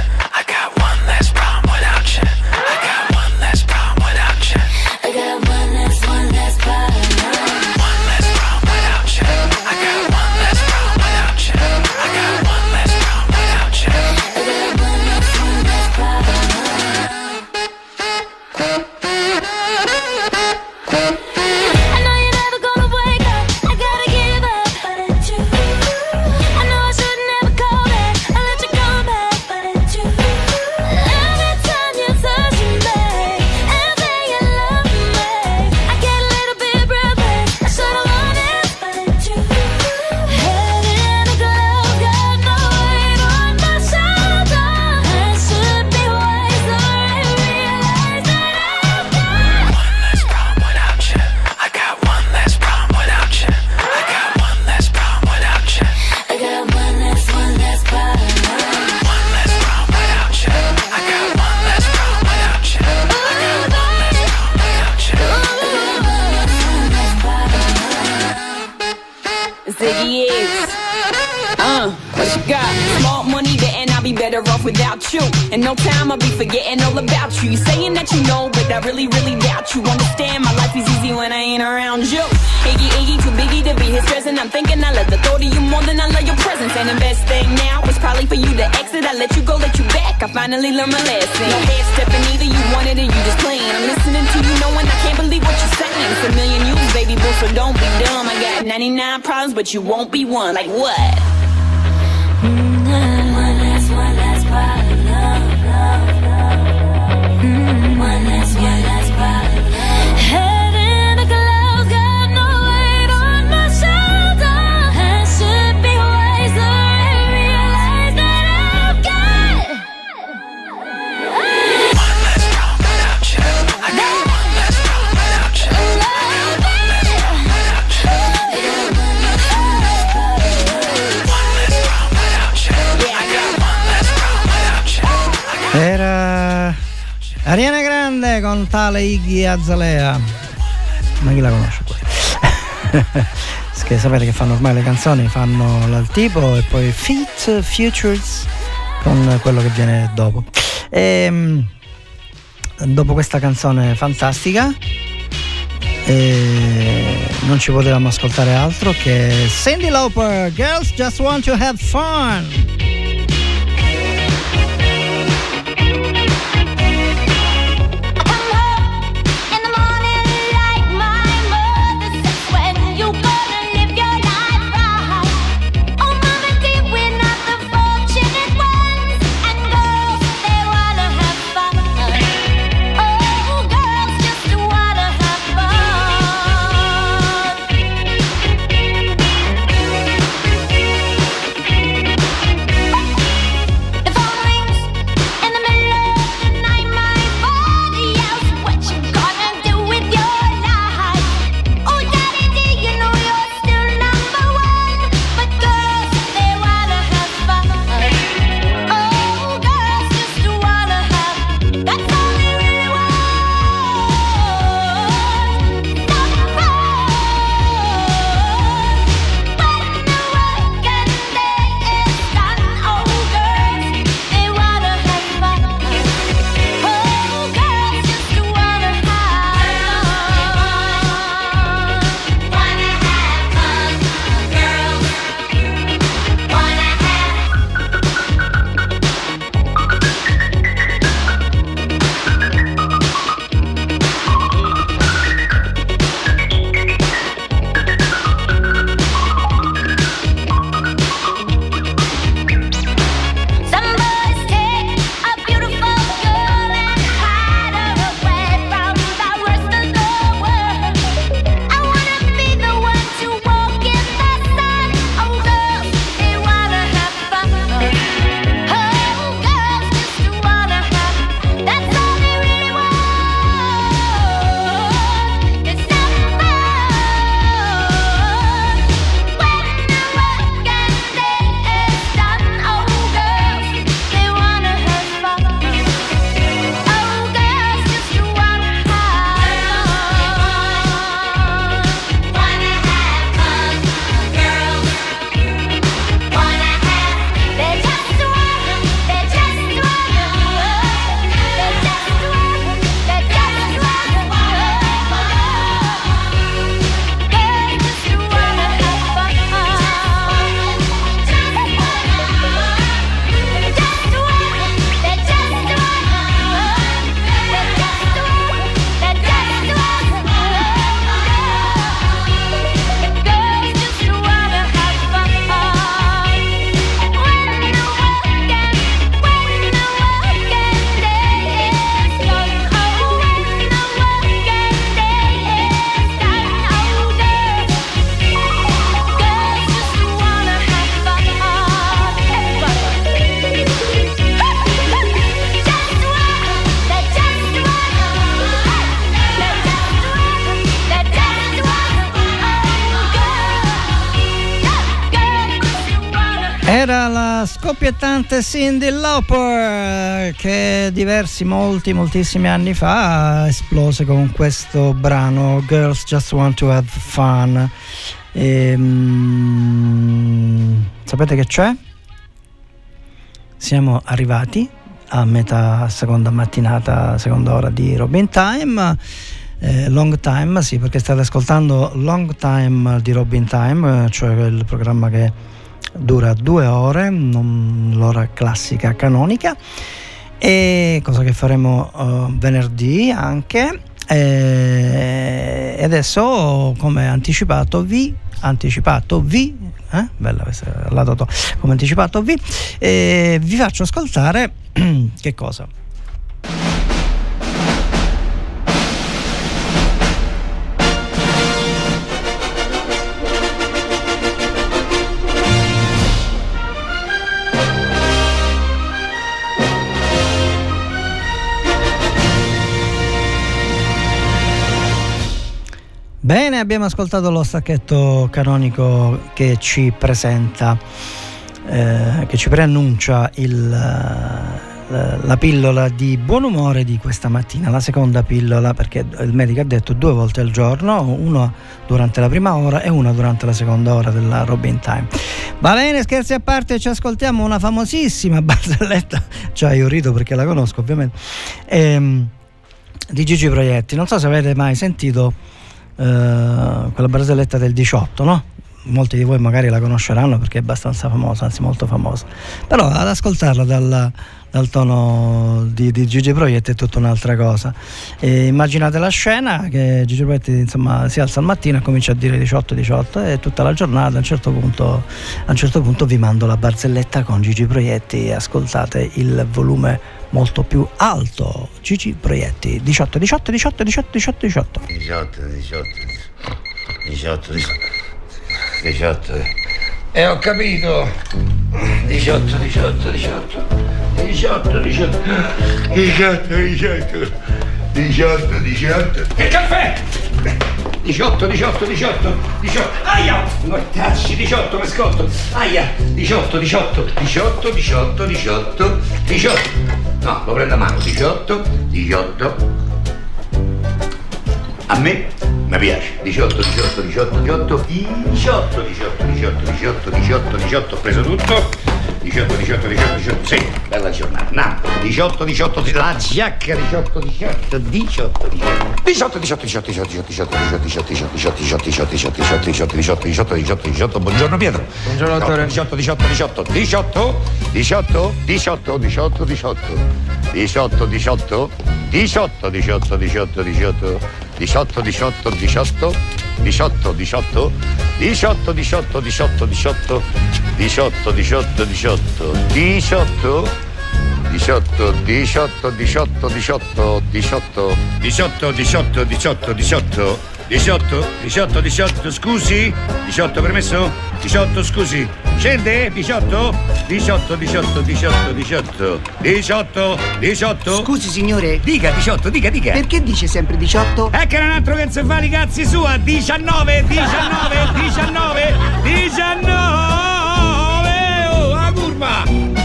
Ziggy is. What you got? Small money, betting I'll be better off without you. In no time I'll be forgetting all about you. You saying that you know, but I really, really doubt you. Understand my life is easy when I ain't around you. Iggy, Iggy, too biggie to be his present. I'm thinking I love the thought of you more than I love your presence. And the best thing now is probably for you to exit. I let you go, let you back. I finally learned my lesson. No head stepping either, you wanted it, you just playing. I'm listening to you knowing I can't believe what you're saying. It's a million you, baby boo, so don't be dumb. I got 99 problems, but you won't be one. Like what? One last problem, one last problem. Head in the clouds, got no weight on my shoulder. I should be wiser and realize that I've got one less problem without you. I got one less problem without you. I got one less problem without you. One less problem without you. I got one less problem without you. Era Ariana Grande con tale Iggy Azalea. Ma chi la conosce poi? Che sapete che fanno ormai le canzoni, fanno il tipo e poi feat, futures con quello che viene dopo. E dopo questa canzone fantastica non ci potevamo ascoltare altro che Cyndi Lauper, Girls Just Want to Have Fun. Era la scoppiettante Cyndi Lauper che moltissimi anni fa esplose con questo brano Girls Just Want to Have Fun. Sapete che c'è? Siamo arrivati a metà seconda mattinata, seconda ora di Robin Time. Long Time, sì, perché state ascoltando Long Time di Robin Time, cioè il programma che dura 2 ore, non l'ora classica canonica, e cosa che faremo venerdì anche. E adesso, come anticipato bella questa, la Totò, come anticipato vi faccio ascoltare che cosa? Bene, abbiamo ascoltato lo stacchetto canonico che ci presenta, che ci preannuncia la pillola di buon umore di questa mattina, la seconda pillola, perché il medico ha detto 2 volte al giorno, una durante la prima ora e una durante la seconda ora della Robin Time. Va bene, scherzi a parte, ci ascoltiamo una famosissima barzelletta, cioè io rido perché la conosco ovviamente, di Gigi Proietti. Non so se avete mai sentito quella barzelletta del 18, no? Molti di voi magari la conosceranno perché è abbastanza famosa, anzi molto famosa, però ad ascoltarla dal tono di Gigi Proietti è tutta un'altra cosa. Immaginate la scena che Gigi Proietti insomma si alza al mattino e comincia a dire 18 e tutta la giornata a un certo punto vi mando la barzelletta con Gigi Proietti, ascoltate il volume molto più alto. Gigi Proietti, 18. Ho capito. 18. Il caffè! 18. Aia! Mortacci, 18, mi scotto. Aia! 18. No, lo prendo a mano. 18. A me mi piace. 18. Ho preso tutto. 18. Sì, bella giornata. No, 18, la giacca. 18. Buongiorno Pietro. Buongiorno dottore. 18. Scusi? 18 permesso? 18 scusi. Scende? 18. Scusi signore. Dica 18, dica. Perché dice sempre 18? È che era un altro che non si fa i cazzi sua. 19. Oh, la curva.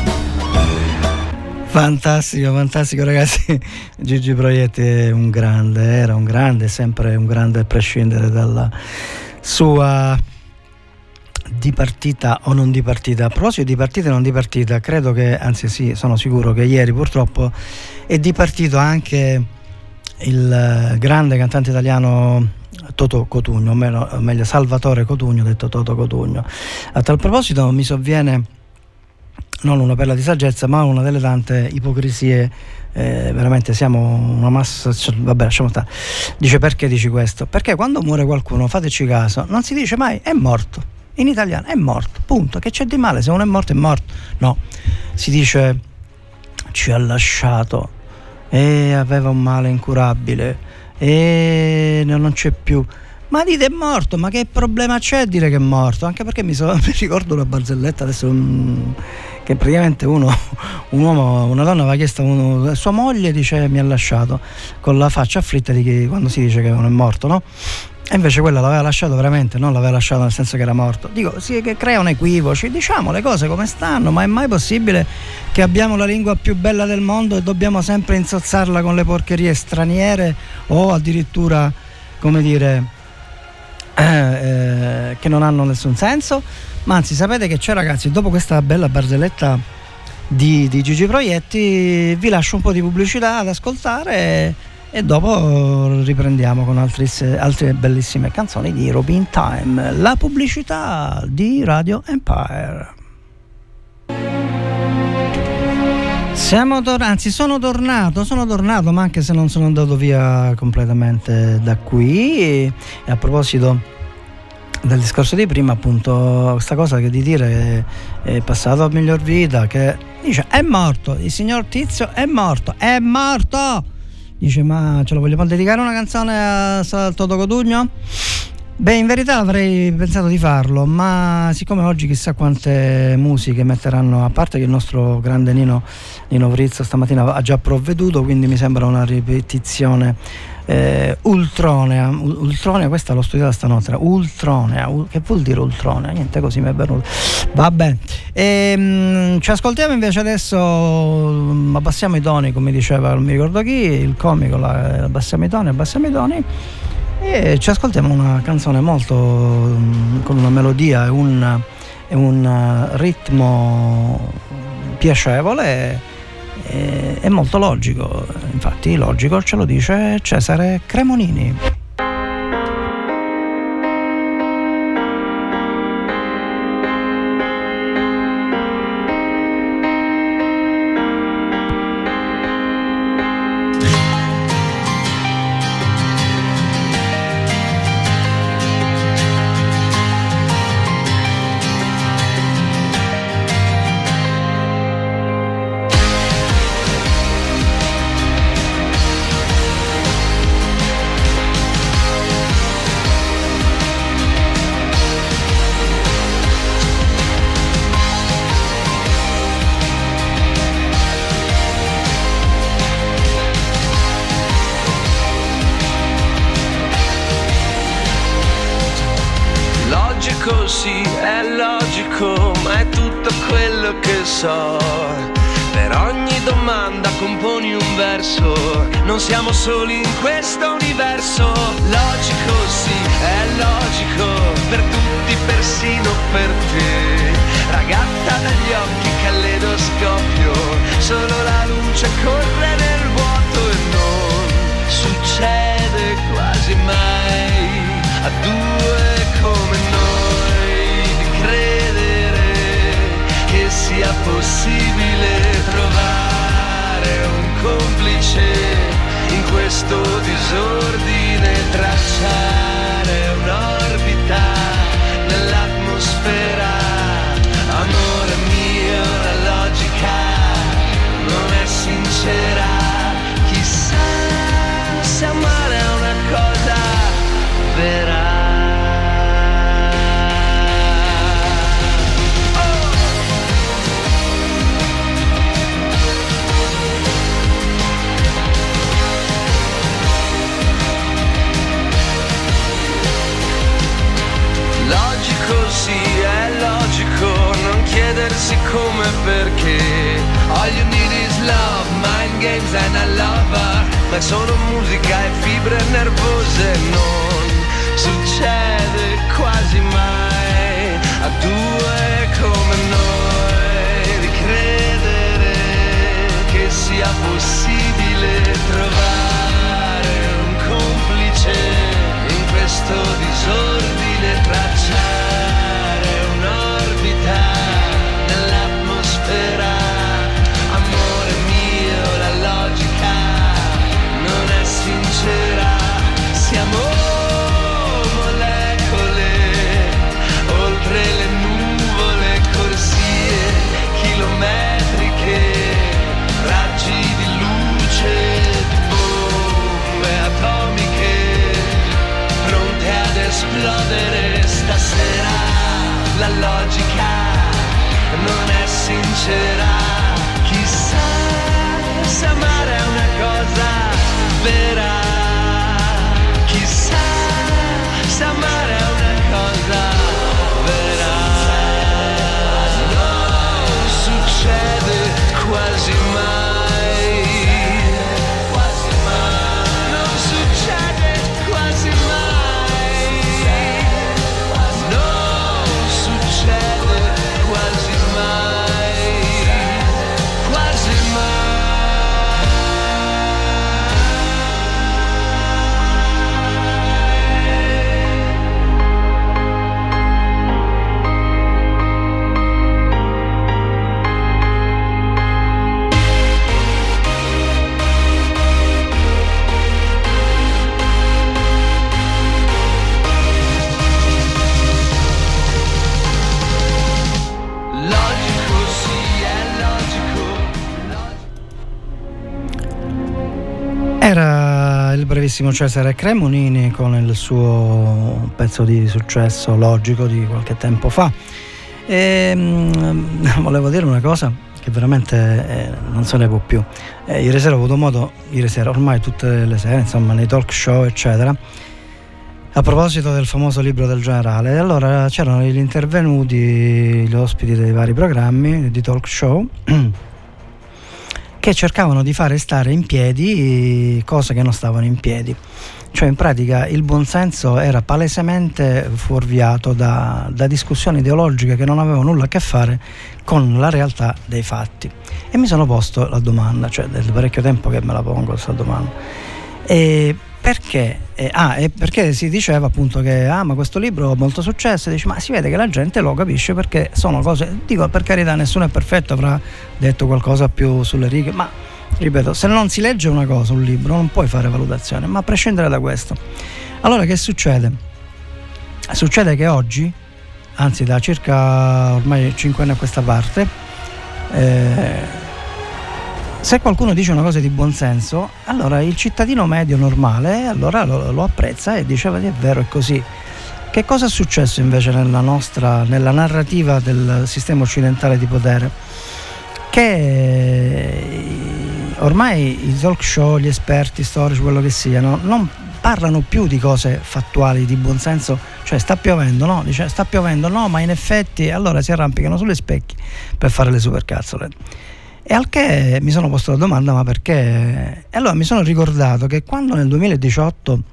Fantastico ragazzi. Gigi Proietti è un grande, era un grande, sempre un grande a prescindere dalla sua dipartita o non dipartita. A proposito di partita e non dipartita, credo che, anzi sì, sono sicuro che ieri purtroppo è dipartito anche il grande cantante italiano Totò Cotugno, o meglio Salvatore Cotugno, detto Totò Cotugno. A tal proposito mi sovviene non una perla di saggezza, ma una delle tante ipocrisie. Veramente siamo una massa, vabbè, lasciamo stare. Dice: perché dici questo? Perché quando muore qualcuno, fateci caso, non si dice mai è morto. In italiano è morto, punto. Che c'è di male? Se uno è morto, no, si dice ci ha lasciato e aveva un male incurabile e non c'è più. Ma dite è morto, ma che problema c'è a dire che è morto? Anche perché mi ricordo una barzelletta adesso, che praticamente un uomo, una donna aveva chiesto sua moglie, dice mi ha lasciato, con la faccia afflitta di chi, quando si dice che uno è morto, no? E invece quella l'aveva lasciato veramente, non l'aveva lasciato nel senso che era morto. Dico, sì, che creano equivoci, diciamo le cose come stanno, ma è mai possibile che abbiamo la lingua più bella del mondo e dobbiamo sempre insozzarla con le porcherie straniere o addirittura, come dire, che che non hanno nessun senso, ma anzi sapete che c'è, ragazzi, dopo questa bella barzelletta di Gigi Proietti vi lascio un po' di pubblicità ad ascoltare e dopo riprendiamo con altre bellissime canzoni di Robin Time, la pubblicità di Radio Empire. Sono tornato, ma anche se non sono andato via completamente da qui. E a proposito del discorso di prima, appunto, questa cosa che di dire è passato a miglior vita, che dice è morto, il signor Tizio è morto. Dice, ma ce lo vogliamo dedicare una canzone a Toto Cotugno? Beh, in verità avrei pensato di farlo, ma siccome oggi chissà quante musiche metteranno, a parte che il nostro grande Nino Vrizzo stamattina ha già provveduto, quindi mi sembra una ripetizione ultronea, questa l'ho studiata stanotte, ultronea, che vuol dire ultronea? Niente, così mi è venuto. Vabbè, ci ascoltiamo invece adesso, abbassiamo i toni, come diceva, non mi ricordo chi, il comico, abbassiamo i toni. E ci ascoltiamo una canzone molto con una melodia e un ritmo piacevole e molto logico. Infatti logico ce lo dice Cesare Cremonini. Sì, è logico, ma è tutto quello che so. Per ogni domanda componi un verso. Non siamo soli in questo universo. Logico, sì, è logico. Per tutti, persino per te. Ragazza dagli occhi, calledoscopio. Solo la luce corre nel vuoto e non succede quasi mai a due come noi. Credere che sia possibile trovare un complice in questo disordine, tracciare un'orbita nell'atmosfera. Amore mio, la logica non è sincera. Chissà se amare è una cosa vera. Sì, è logico non chiedersi come e perché. All you need is love, mind games and a lover. Ma è solo musica e fibre nervose. Non succede quasi mai a due come noi di credere che sia possibile trovare un complice in questo disordine, tracciare nell'atmosfera. Amore mio, la logica non è sincera. Siamo molecole oltre le nuvole, corsie chilometriche, raggi di luce, di bombe atomiche pronte ad esplodere stasera. La logica non è sincera. Chissà se amare è una cosa vera. Chissà se amare è una cosa vera. Non succede quasi mai. Non succede quasi mai. No. grandissimo Cesare Cremonini con il suo pezzo di successo logico di qualche tempo fa. Volevo dire una cosa che veramente non se ne può più. Ieri sera ho avuto modo, ormai tutte le sere, insomma, nei talk show eccetera, a proposito del famoso libro del generale, allora c'erano gli intervenuti, gli ospiti dei vari programmi di talk show che cercavano di fare stare in piedi cose che non stavano in piedi. Cioè, in pratica, il buonsenso era palesemente fuorviato da discussioni ideologiche che non avevano nulla a che fare con la realtà dei fatti. E mi sono posto la domanda, cioè è parecchio tempo che me la pongo questa domanda. Perché? Perché si diceva appunto che ma questo libro ha molto successo, e dice, ma si vede che la gente lo capisce perché sono cose, dico, per carità, nessuno è perfetto, avrà detto qualcosa più sulle righe, ma ripeto, se non si legge una cosa, un libro, non puoi fare valutazione. Ma a prescindere da questo, allora che succede? Succede che oggi, anzi da circa ormai 5 anni a questa parte, se qualcuno dice una cosa di buonsenso, allora il cittadino medio normale allora lo apprezza e dice, è vero, è così. Che cosa è successo invece nella narrativa del sistema occidentale di potere? Che ormai i talk show, gli esperti storici, quello che siano, non parlano più di cose fattuali, di buonsenso, cioè sta piovendo, no? Dice sta piovendo, no, ma in effetti, allora si arrampicano sugli specchi per fare le supercazzole. E al che mi sono posto la domanda, ma perché? E allora mi sono ricordato che quando nel 2018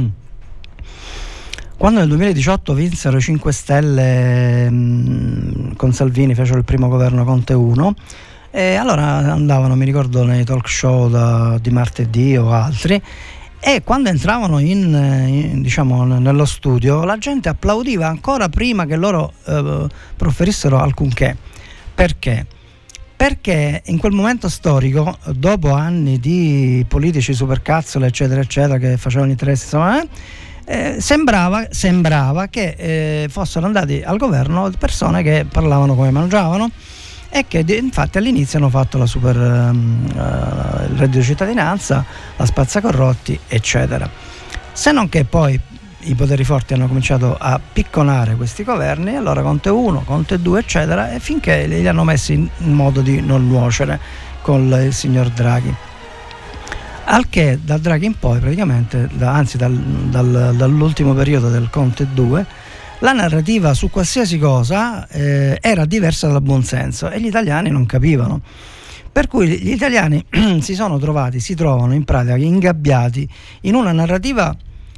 vinsero i 5 Stelle con Salvini, fecero il primo governo Conte 1, e allora andavano, mi ricordo, nei talk show di martedì o altri, e quando entravano diciamo nello studio la gente applaudiva ancora prima che loro proferissero alcunché. Perché? Perché in quel momento storico, dopo anni di politici supercazzole eccetera eccetera che facevano interessi, insomma, sembrava che fossero andati al governo persone che parlavano come mangiavano e che infatti all'inizio hanno fatto il reddito di cittadinanza, la spazzacorrotti eccetera. Se non che poi i poteri forti hanno cominciato a picconare questi governi, allora Conte 1, Conte 2 eccetera, e finché li hanno messi in modo di non nuocere con il signor Draghi. Al che da Draghi in poi praticamente, dall'ultimo periodo del Conte 2, la narrativa su qualsiasi cosa era diversa dal buonsenso e gli italiani non capivano. Per cui gli italiani si trovano in pratica ingabbiati in una narrativa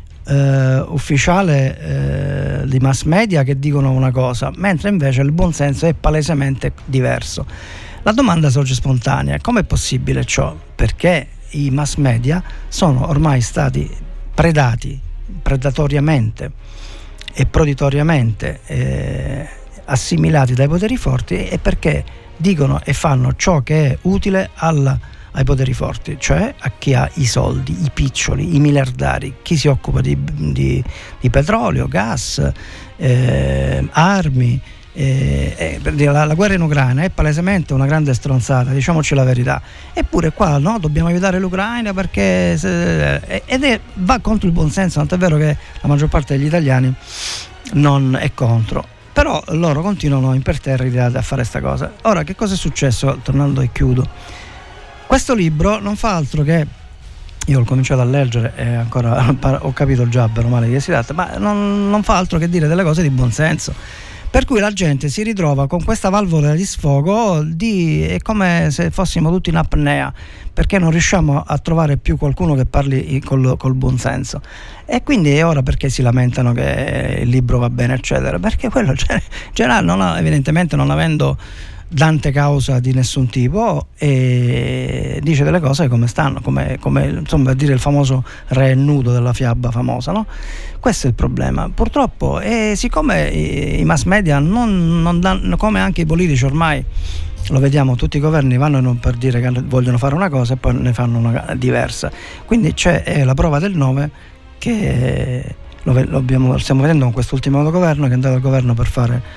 ufficiale di mass media che dicono una cosa, mentre invece il buonsenso è palesemente diverso. La domanda sorge spontanea: com'è possibile ciò? Perché i mass media sono ormai stati predati predatoriamente e proditoriamente assimilati dai poteri forti, e perché dicono e fanno ciò che è utile ai poteri forti, cioè a chi ha i soldi, i piccioli, i miliardari, chi si occupa di petrolio, gas, armi. La guerra in Ucraina è palesemente una grande stronzata, diciamoci la verità, eppure qua no, dobbiamo aiutare l'Ucraina perché va contro il buonsenso, tant'è vero che la maggior parte degli italiani non è contro, però loro continuano imperterriti a fare sta cosa. Ora, che cosa è successo? Tornando e chiudo, questo libro non fa altro che, io ho cominciato a leggere e ancora ho capito già bene o male di che si tratta, ma non fa altro che dire delle cose di buonsenso. Per cui la gente si ritrova con questa valvola di sfogo, è come se fossimo tutti in apnea, perché non riusciamo a trovare più qualcuno che parli col buonsenso. E quindi ora perché si lamentano che il libro va bene eccetera? Perché quello generale evidentemente non avendo dante causa di nessun tipo, e dice delle cose come stanno, come insomma, a dire il famoso re nudo della fiaba famosa, no? Questo è il problema purtroppo, e siccome i mass media non danno, come anche i politici ormai lo vediamo, tutti i governi vanno per dire che vogliono fare una cosa e poi ne fanno una diversa, quindi c'è la prova del 9 che stiamo vedendo con quest'ultimo governo, che è andato al governo per fare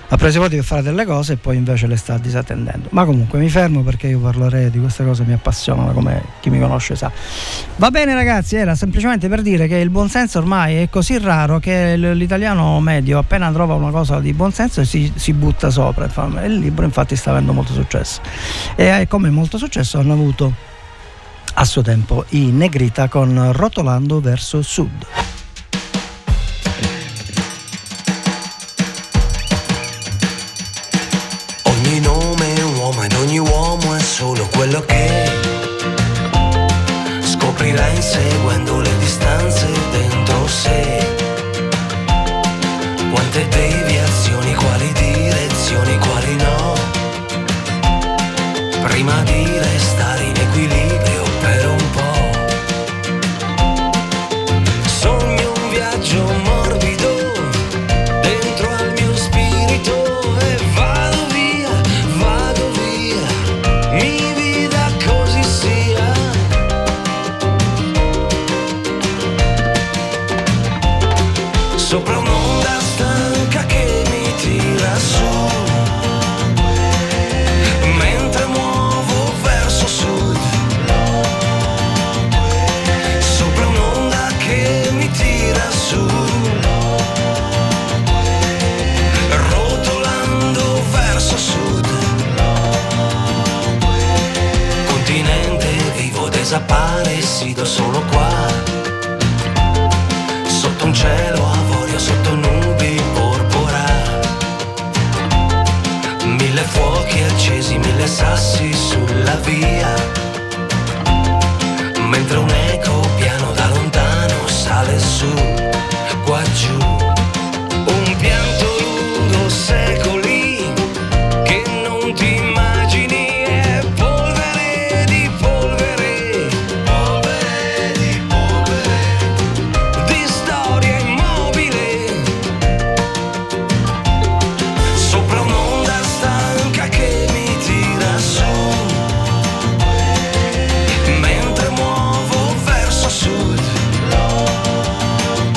ha preso i voti per fare delle cose e poi invece le sta disattendendo. Ma comunque mi fermo perché io parlerei di queste cose, mi appassionano, come chi mi conosce sa. Va bene ragazzi, era semplicemente per dire che il buonsenso ormai è così raro che l'italiano medio appena trova una cosa di buonsenso si butta sopra. E il libro infatti sta avendo molto successo, e come molto successo hanno avuto a suo tempo i Negrita con Rotolando verso sud. Ogni nome è un uomo ed ogni uomo è solo quello che scoprirà inseguendo le distanze dentro sé. Quante deviazioni, quali direzioni, quali no, prima di restare in equilibrio per un po'. Sogno un viaggio morbido dentro al mio spirito e vado via, mi vita così sia. Sopra un'onda stanca che mi tira su, mentre muovo verso sud. Sopra un'onda che mi tira su, rotolando verso sud. Continente vivo, desaparecido, sono qua, sotto un cielo avorio, sotto nubi porpora. Mille fuochi accesi, mille sassi sulla via, mentre un eco piano da lontano sale su, qua giù. Un pianto lungo secoli che non ti immagini, è polvere di polvere, polvere di polvere, di storia immobile. Sopra un'onda stanca che mi tira su, mentre muovo verso sud.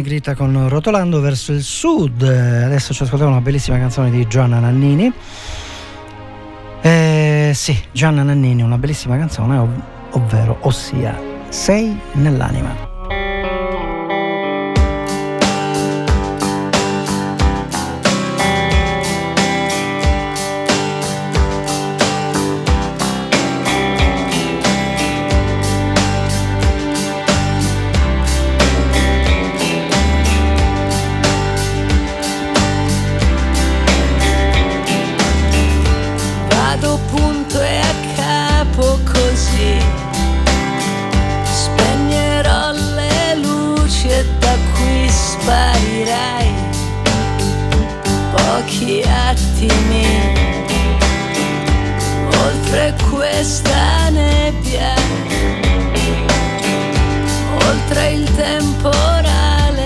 Gritta con Rotolando verso il sud. Adesso ci ascoltiamo una bellissima canzone di Gianna Nannini. Sì, Gianna Nannini, una bellissima canzone, ossia Sei nell'anima. Vado punto e a capo così, spegnerò le luci e da qui sparirai. Pochi attimi oltre questa nebbia, oltre il temporale,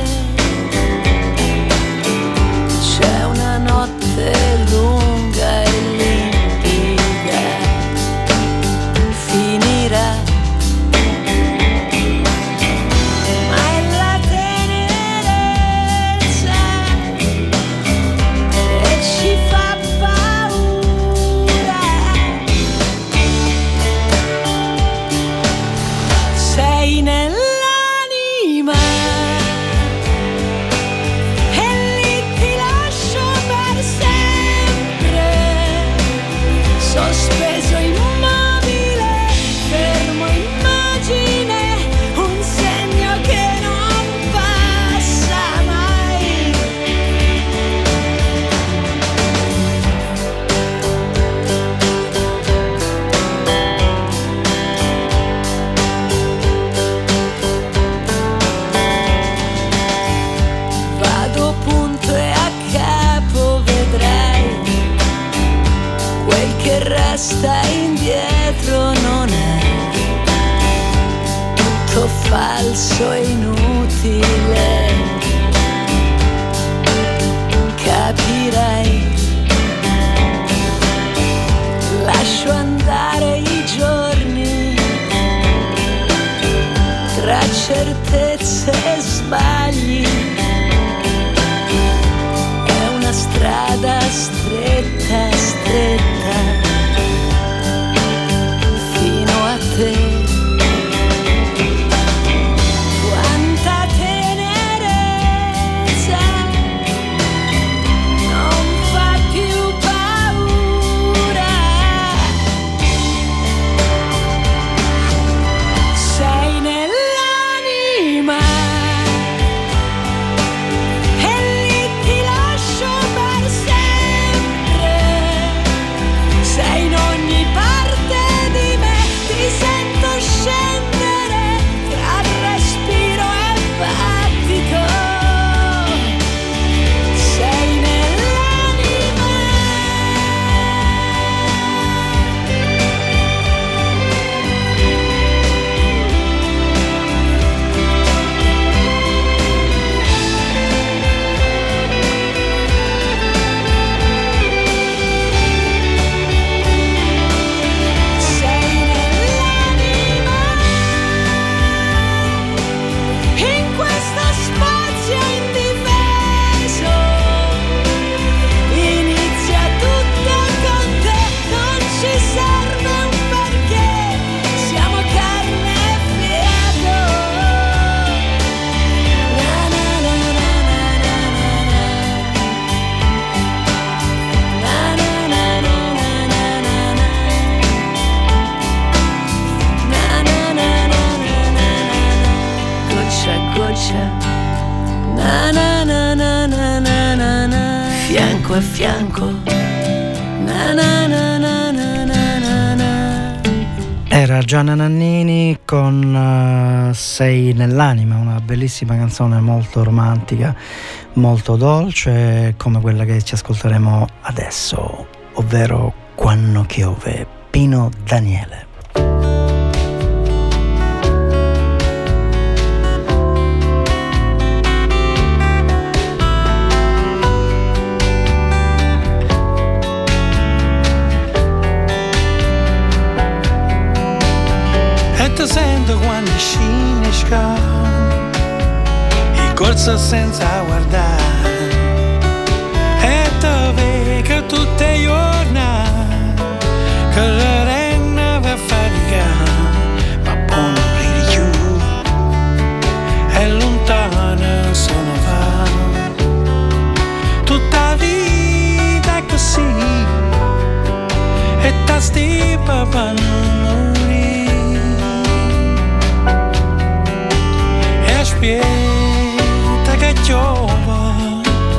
c'è una notte lunga e limpida, finirà, ma è la tenerezza e ci fa paura. Sei nell'anima e lì ti lascio per sempre, sospeso immobile, fermo immagine, un segno che non passa mai. Vado punto e a capo, vedrai, quel che resta indietro non è tutto falso e inutile, capirai. Lascio andare i giorni tra certezze e sbagli, è una strada stretta, stretta, fino a te. Quanta tenerezza, non fa più paura. Sei nell'anima e lì ti lascio per sempre. Sei in ogni parte di me, ti sento scendere tra respiro e battito. Sei nell'anima. Sei nell'anima, in questo spazio indifeso, inizia tutto con te, non ci serve un perché, siamo carne e fiato. Na na na na na na na na na na na na na na na na, goccia a goccia, na na na na na na na na, fianco a fianco, na na na na na na na na. Era Gianna Nannini con Sei nell'anima, una bellissima canzone molto romantica, molto dolce, come quella che ci ascolteremo adesso, ovvero Quando Chiove, Pino Daniele. E ti sento quando scini scala, i corsi passa senza guardare e te vega tutte le giornate che la renna va a faticare, ma poi non ridi più e lontana se ne va. Tutta la vita è così e ta stipa per non morire e aspetta che piova,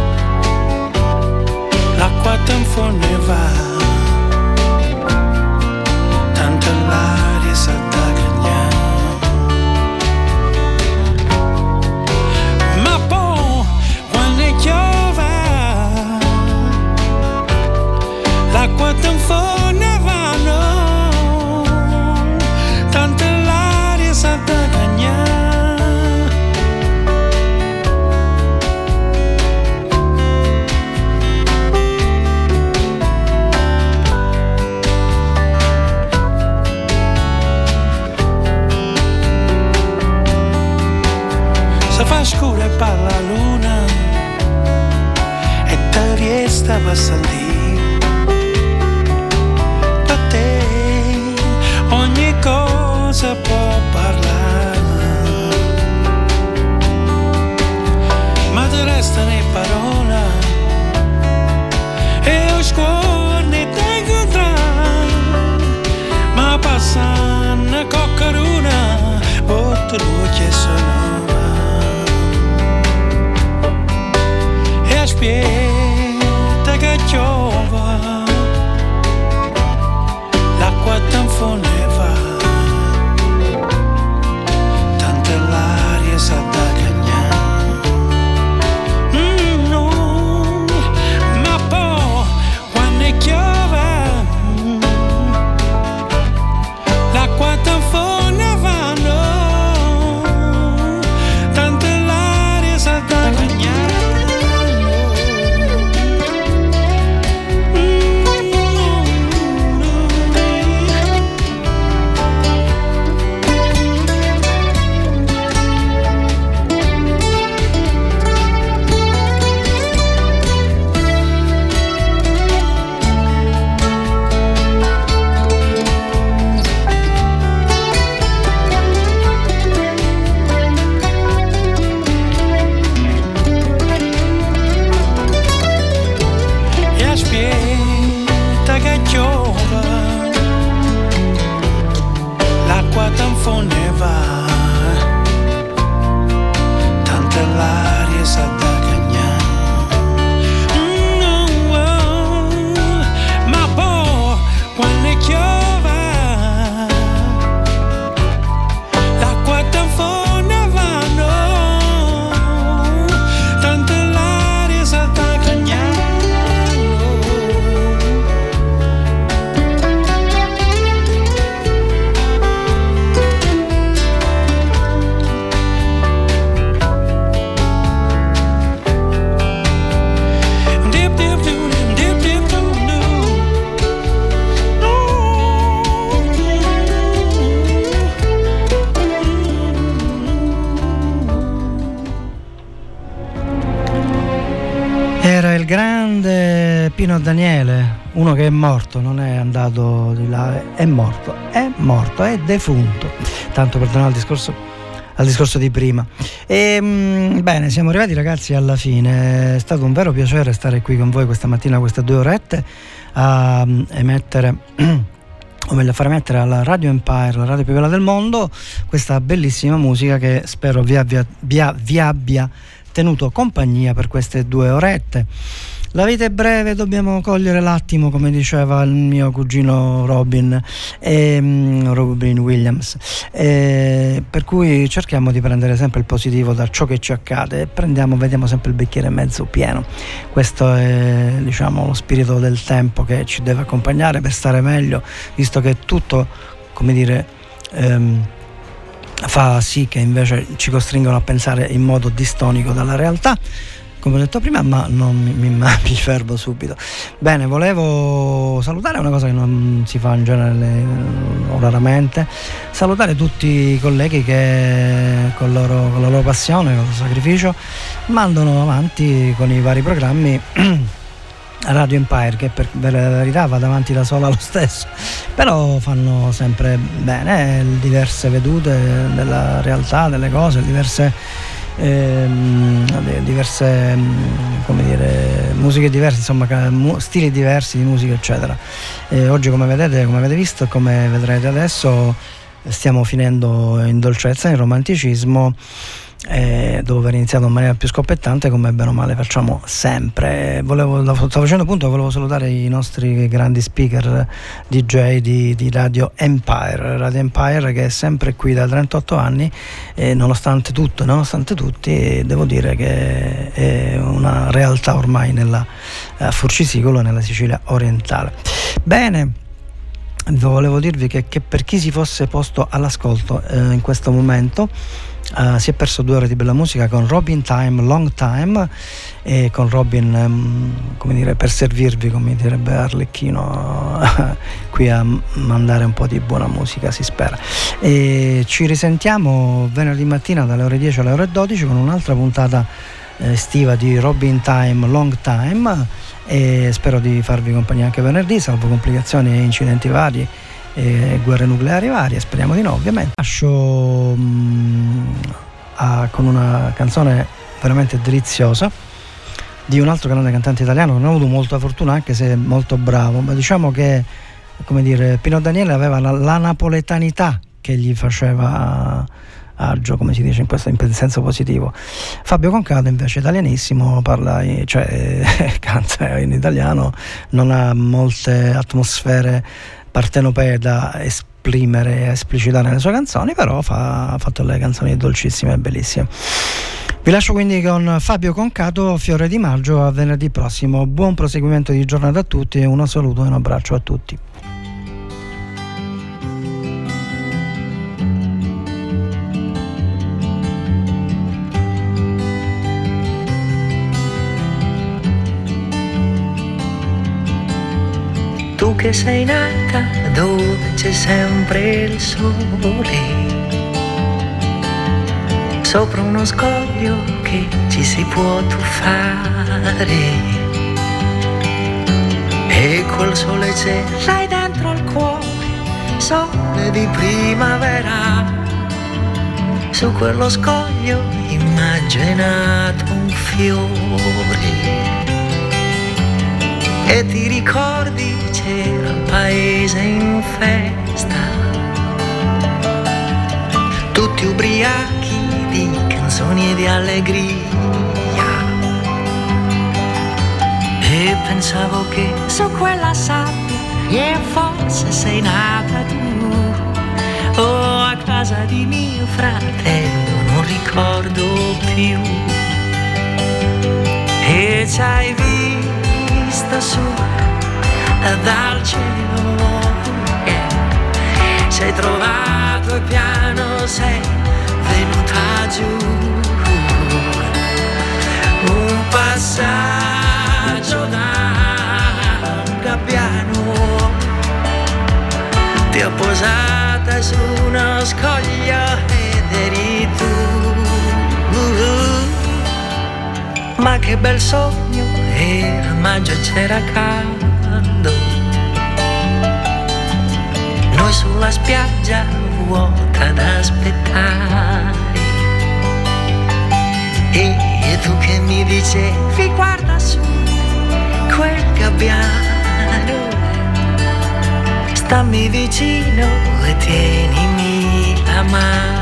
l'acqua te ne va. L'aria sa da cagnare, ma poi quando piove l'acqua te ne va, no, tanto l'aria sa da cagnare. Fa scura e parla la luna e te riesta a sentire da te ogni cosa può parlare, ma te restano le parole e lo scuore te incontrare, ma passano coccaruna botte luce sono. Aspetta che piova, l'acqua te ne va, tanto l'aria sa da cagnare. No, ma poi quando piove l'acqua te ne va, no, tanto l'aria sa da cagnare. L'acqua ne va, tanto l'aria sa da cagnare. No, ma poi quando piove l'acqua ne va, no, tanto l'aria sa da cagnare. Era il grande Pino Daniele, uno che è morto, non è andato di là, è morto, è defunto, tanto per tornare al discorso di prima. Bene, siamo arrivati ragazzi alla fine, è stato un vero piacere stare qui con voi questa mattina, queste 2 orette a emettere o meglio far emettere alla Radio Empire, la radio più bella del mondo, questa bellissima musica che spero vi abbia tenuto compagnia per queste 2 orette. La vita è breve, dobbiamo cogliere l'attimo, come diceva il mio cugino Robin Williams, per cui cerchiamo di prendere sempre il positivo da ciò che ci accade e vediamo sempre il bicchiere mezzo pieno. Questo è, diciamo, lo spirito del tempo che ci deve accompagnare per stare meglio, visto che tutto, come dire, fa sì che invece ci costringono a pensare in modo distonico dalla realtà. come ho detto prima, ma non mi fermo subito. Bene, volevo salutare una cosa che non si fa in genere o raramente, salutare tutti i colleghi che con la loro passione, con il sacrificio, mandano avanti con i vari programmi Radio Empire, che per la verità va avanti da sola lo stesso, però fanno sempre bene, diverse vedute della realtà, delle cose, diverse come dire, musiche diverse, insomma stili diversi di musica eccetera. Oggi come avete visto e come vedrete adesso stiamo finendo in dolcezza, in romanticismo, dopo aver iniziato in maniera più scoppettante, come bene o male facciamo sempre. Stavo facendo appunto, volevo salutare i nostri grandi speaker DJ di Radio Empire, che è sempre qui da 38 anni, e nonostante tutto e nonostante tutti, devo dire che è una realtà ormai a Furcisicolo, nella Sicilia orientale. Bene, volevo dirvi che per chi si fosse posto all'ascolto in questo momento, si è perso 2 ore di bella musica con Robin Time, Long Time, e con Robin, come dire, per servirvi, come direbbe Arlecchino, qui a mandare un po' di buona musica, si spera. E ci risentiamo venerdì mattina dalle ore 10 alle ore 12 con un'altra puntata estiva di Robin Time, Long Time, e spero di farvi compagnia anche venerdì, salvo complicazioni e incidenti vari e guerre nucleari varie, speriamo di no ovviamente. Lascio con una canzone veramente deliziosa di un altro grande cantante italiano che non ho avuto molta fortuna, anche se è molto bravo, ma diciamo che, come dire, Pino Daniele aveva la napoletanità che gli faceva agio, come si dice in senso positivo. Fabio Concato invece, italianissimo, canta in italiano, non ha molte atmosfere partenopee da esprimere e esplicitare nelle sue canzoni, però ha fatto le canzoni dolcissime e bellissime. Vi lascio quindi con Fabio Concato, Fiore di Maggio, a venerdì prossimo. Buon proseguimento di giornata a tutti e un saluto e un abbraccio a tutti. Tu che sei nata dove c'è sempre il sole, sopra uno scoglio che ci si può tuffare, e col sole c'hai dentro il cuore, sole di primavera. Su quello scoglio immaginato un fiore, e ti ricordi c'era il paese in festa, tutti ubriachi di canzoni e di allegria, e pensavo che su quella sabbia forse sei nata tu, o a casa di mio fratello, non ricordo più, e ci hai visto su dal cielo, sei trovato e piano sei venuta giù, un passaggio da un gabbiano, ti ho posata su uno scoglio ed eri tu, ma che bel sogno era, maggio e c'era caldo, noi sulla spiaggia vuota ad aspettare, e tu che mi dicevi guarda su quel gabbiano, stammi vicino e tienimi la mano.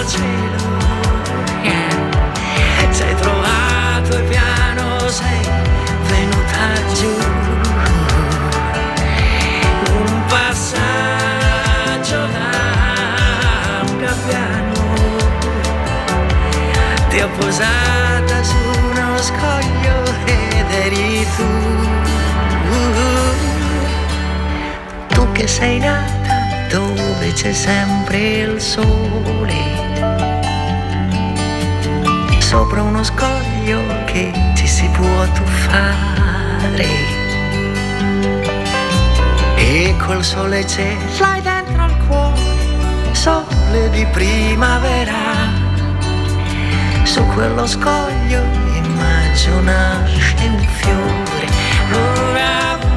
cielo. Sei trovato e piano sei venuta giù. Un passaggio da un gabbiano, ti ho posata su uno scoglio ed eri tu. Tu che sei nata dove c'è sempre il sole, sopra uno scoglio che ci si può tuffare, e col sole ce l'hai dentro al cuore, sole di primavera. Su quello scoglio immagino nasce un fiore. Ora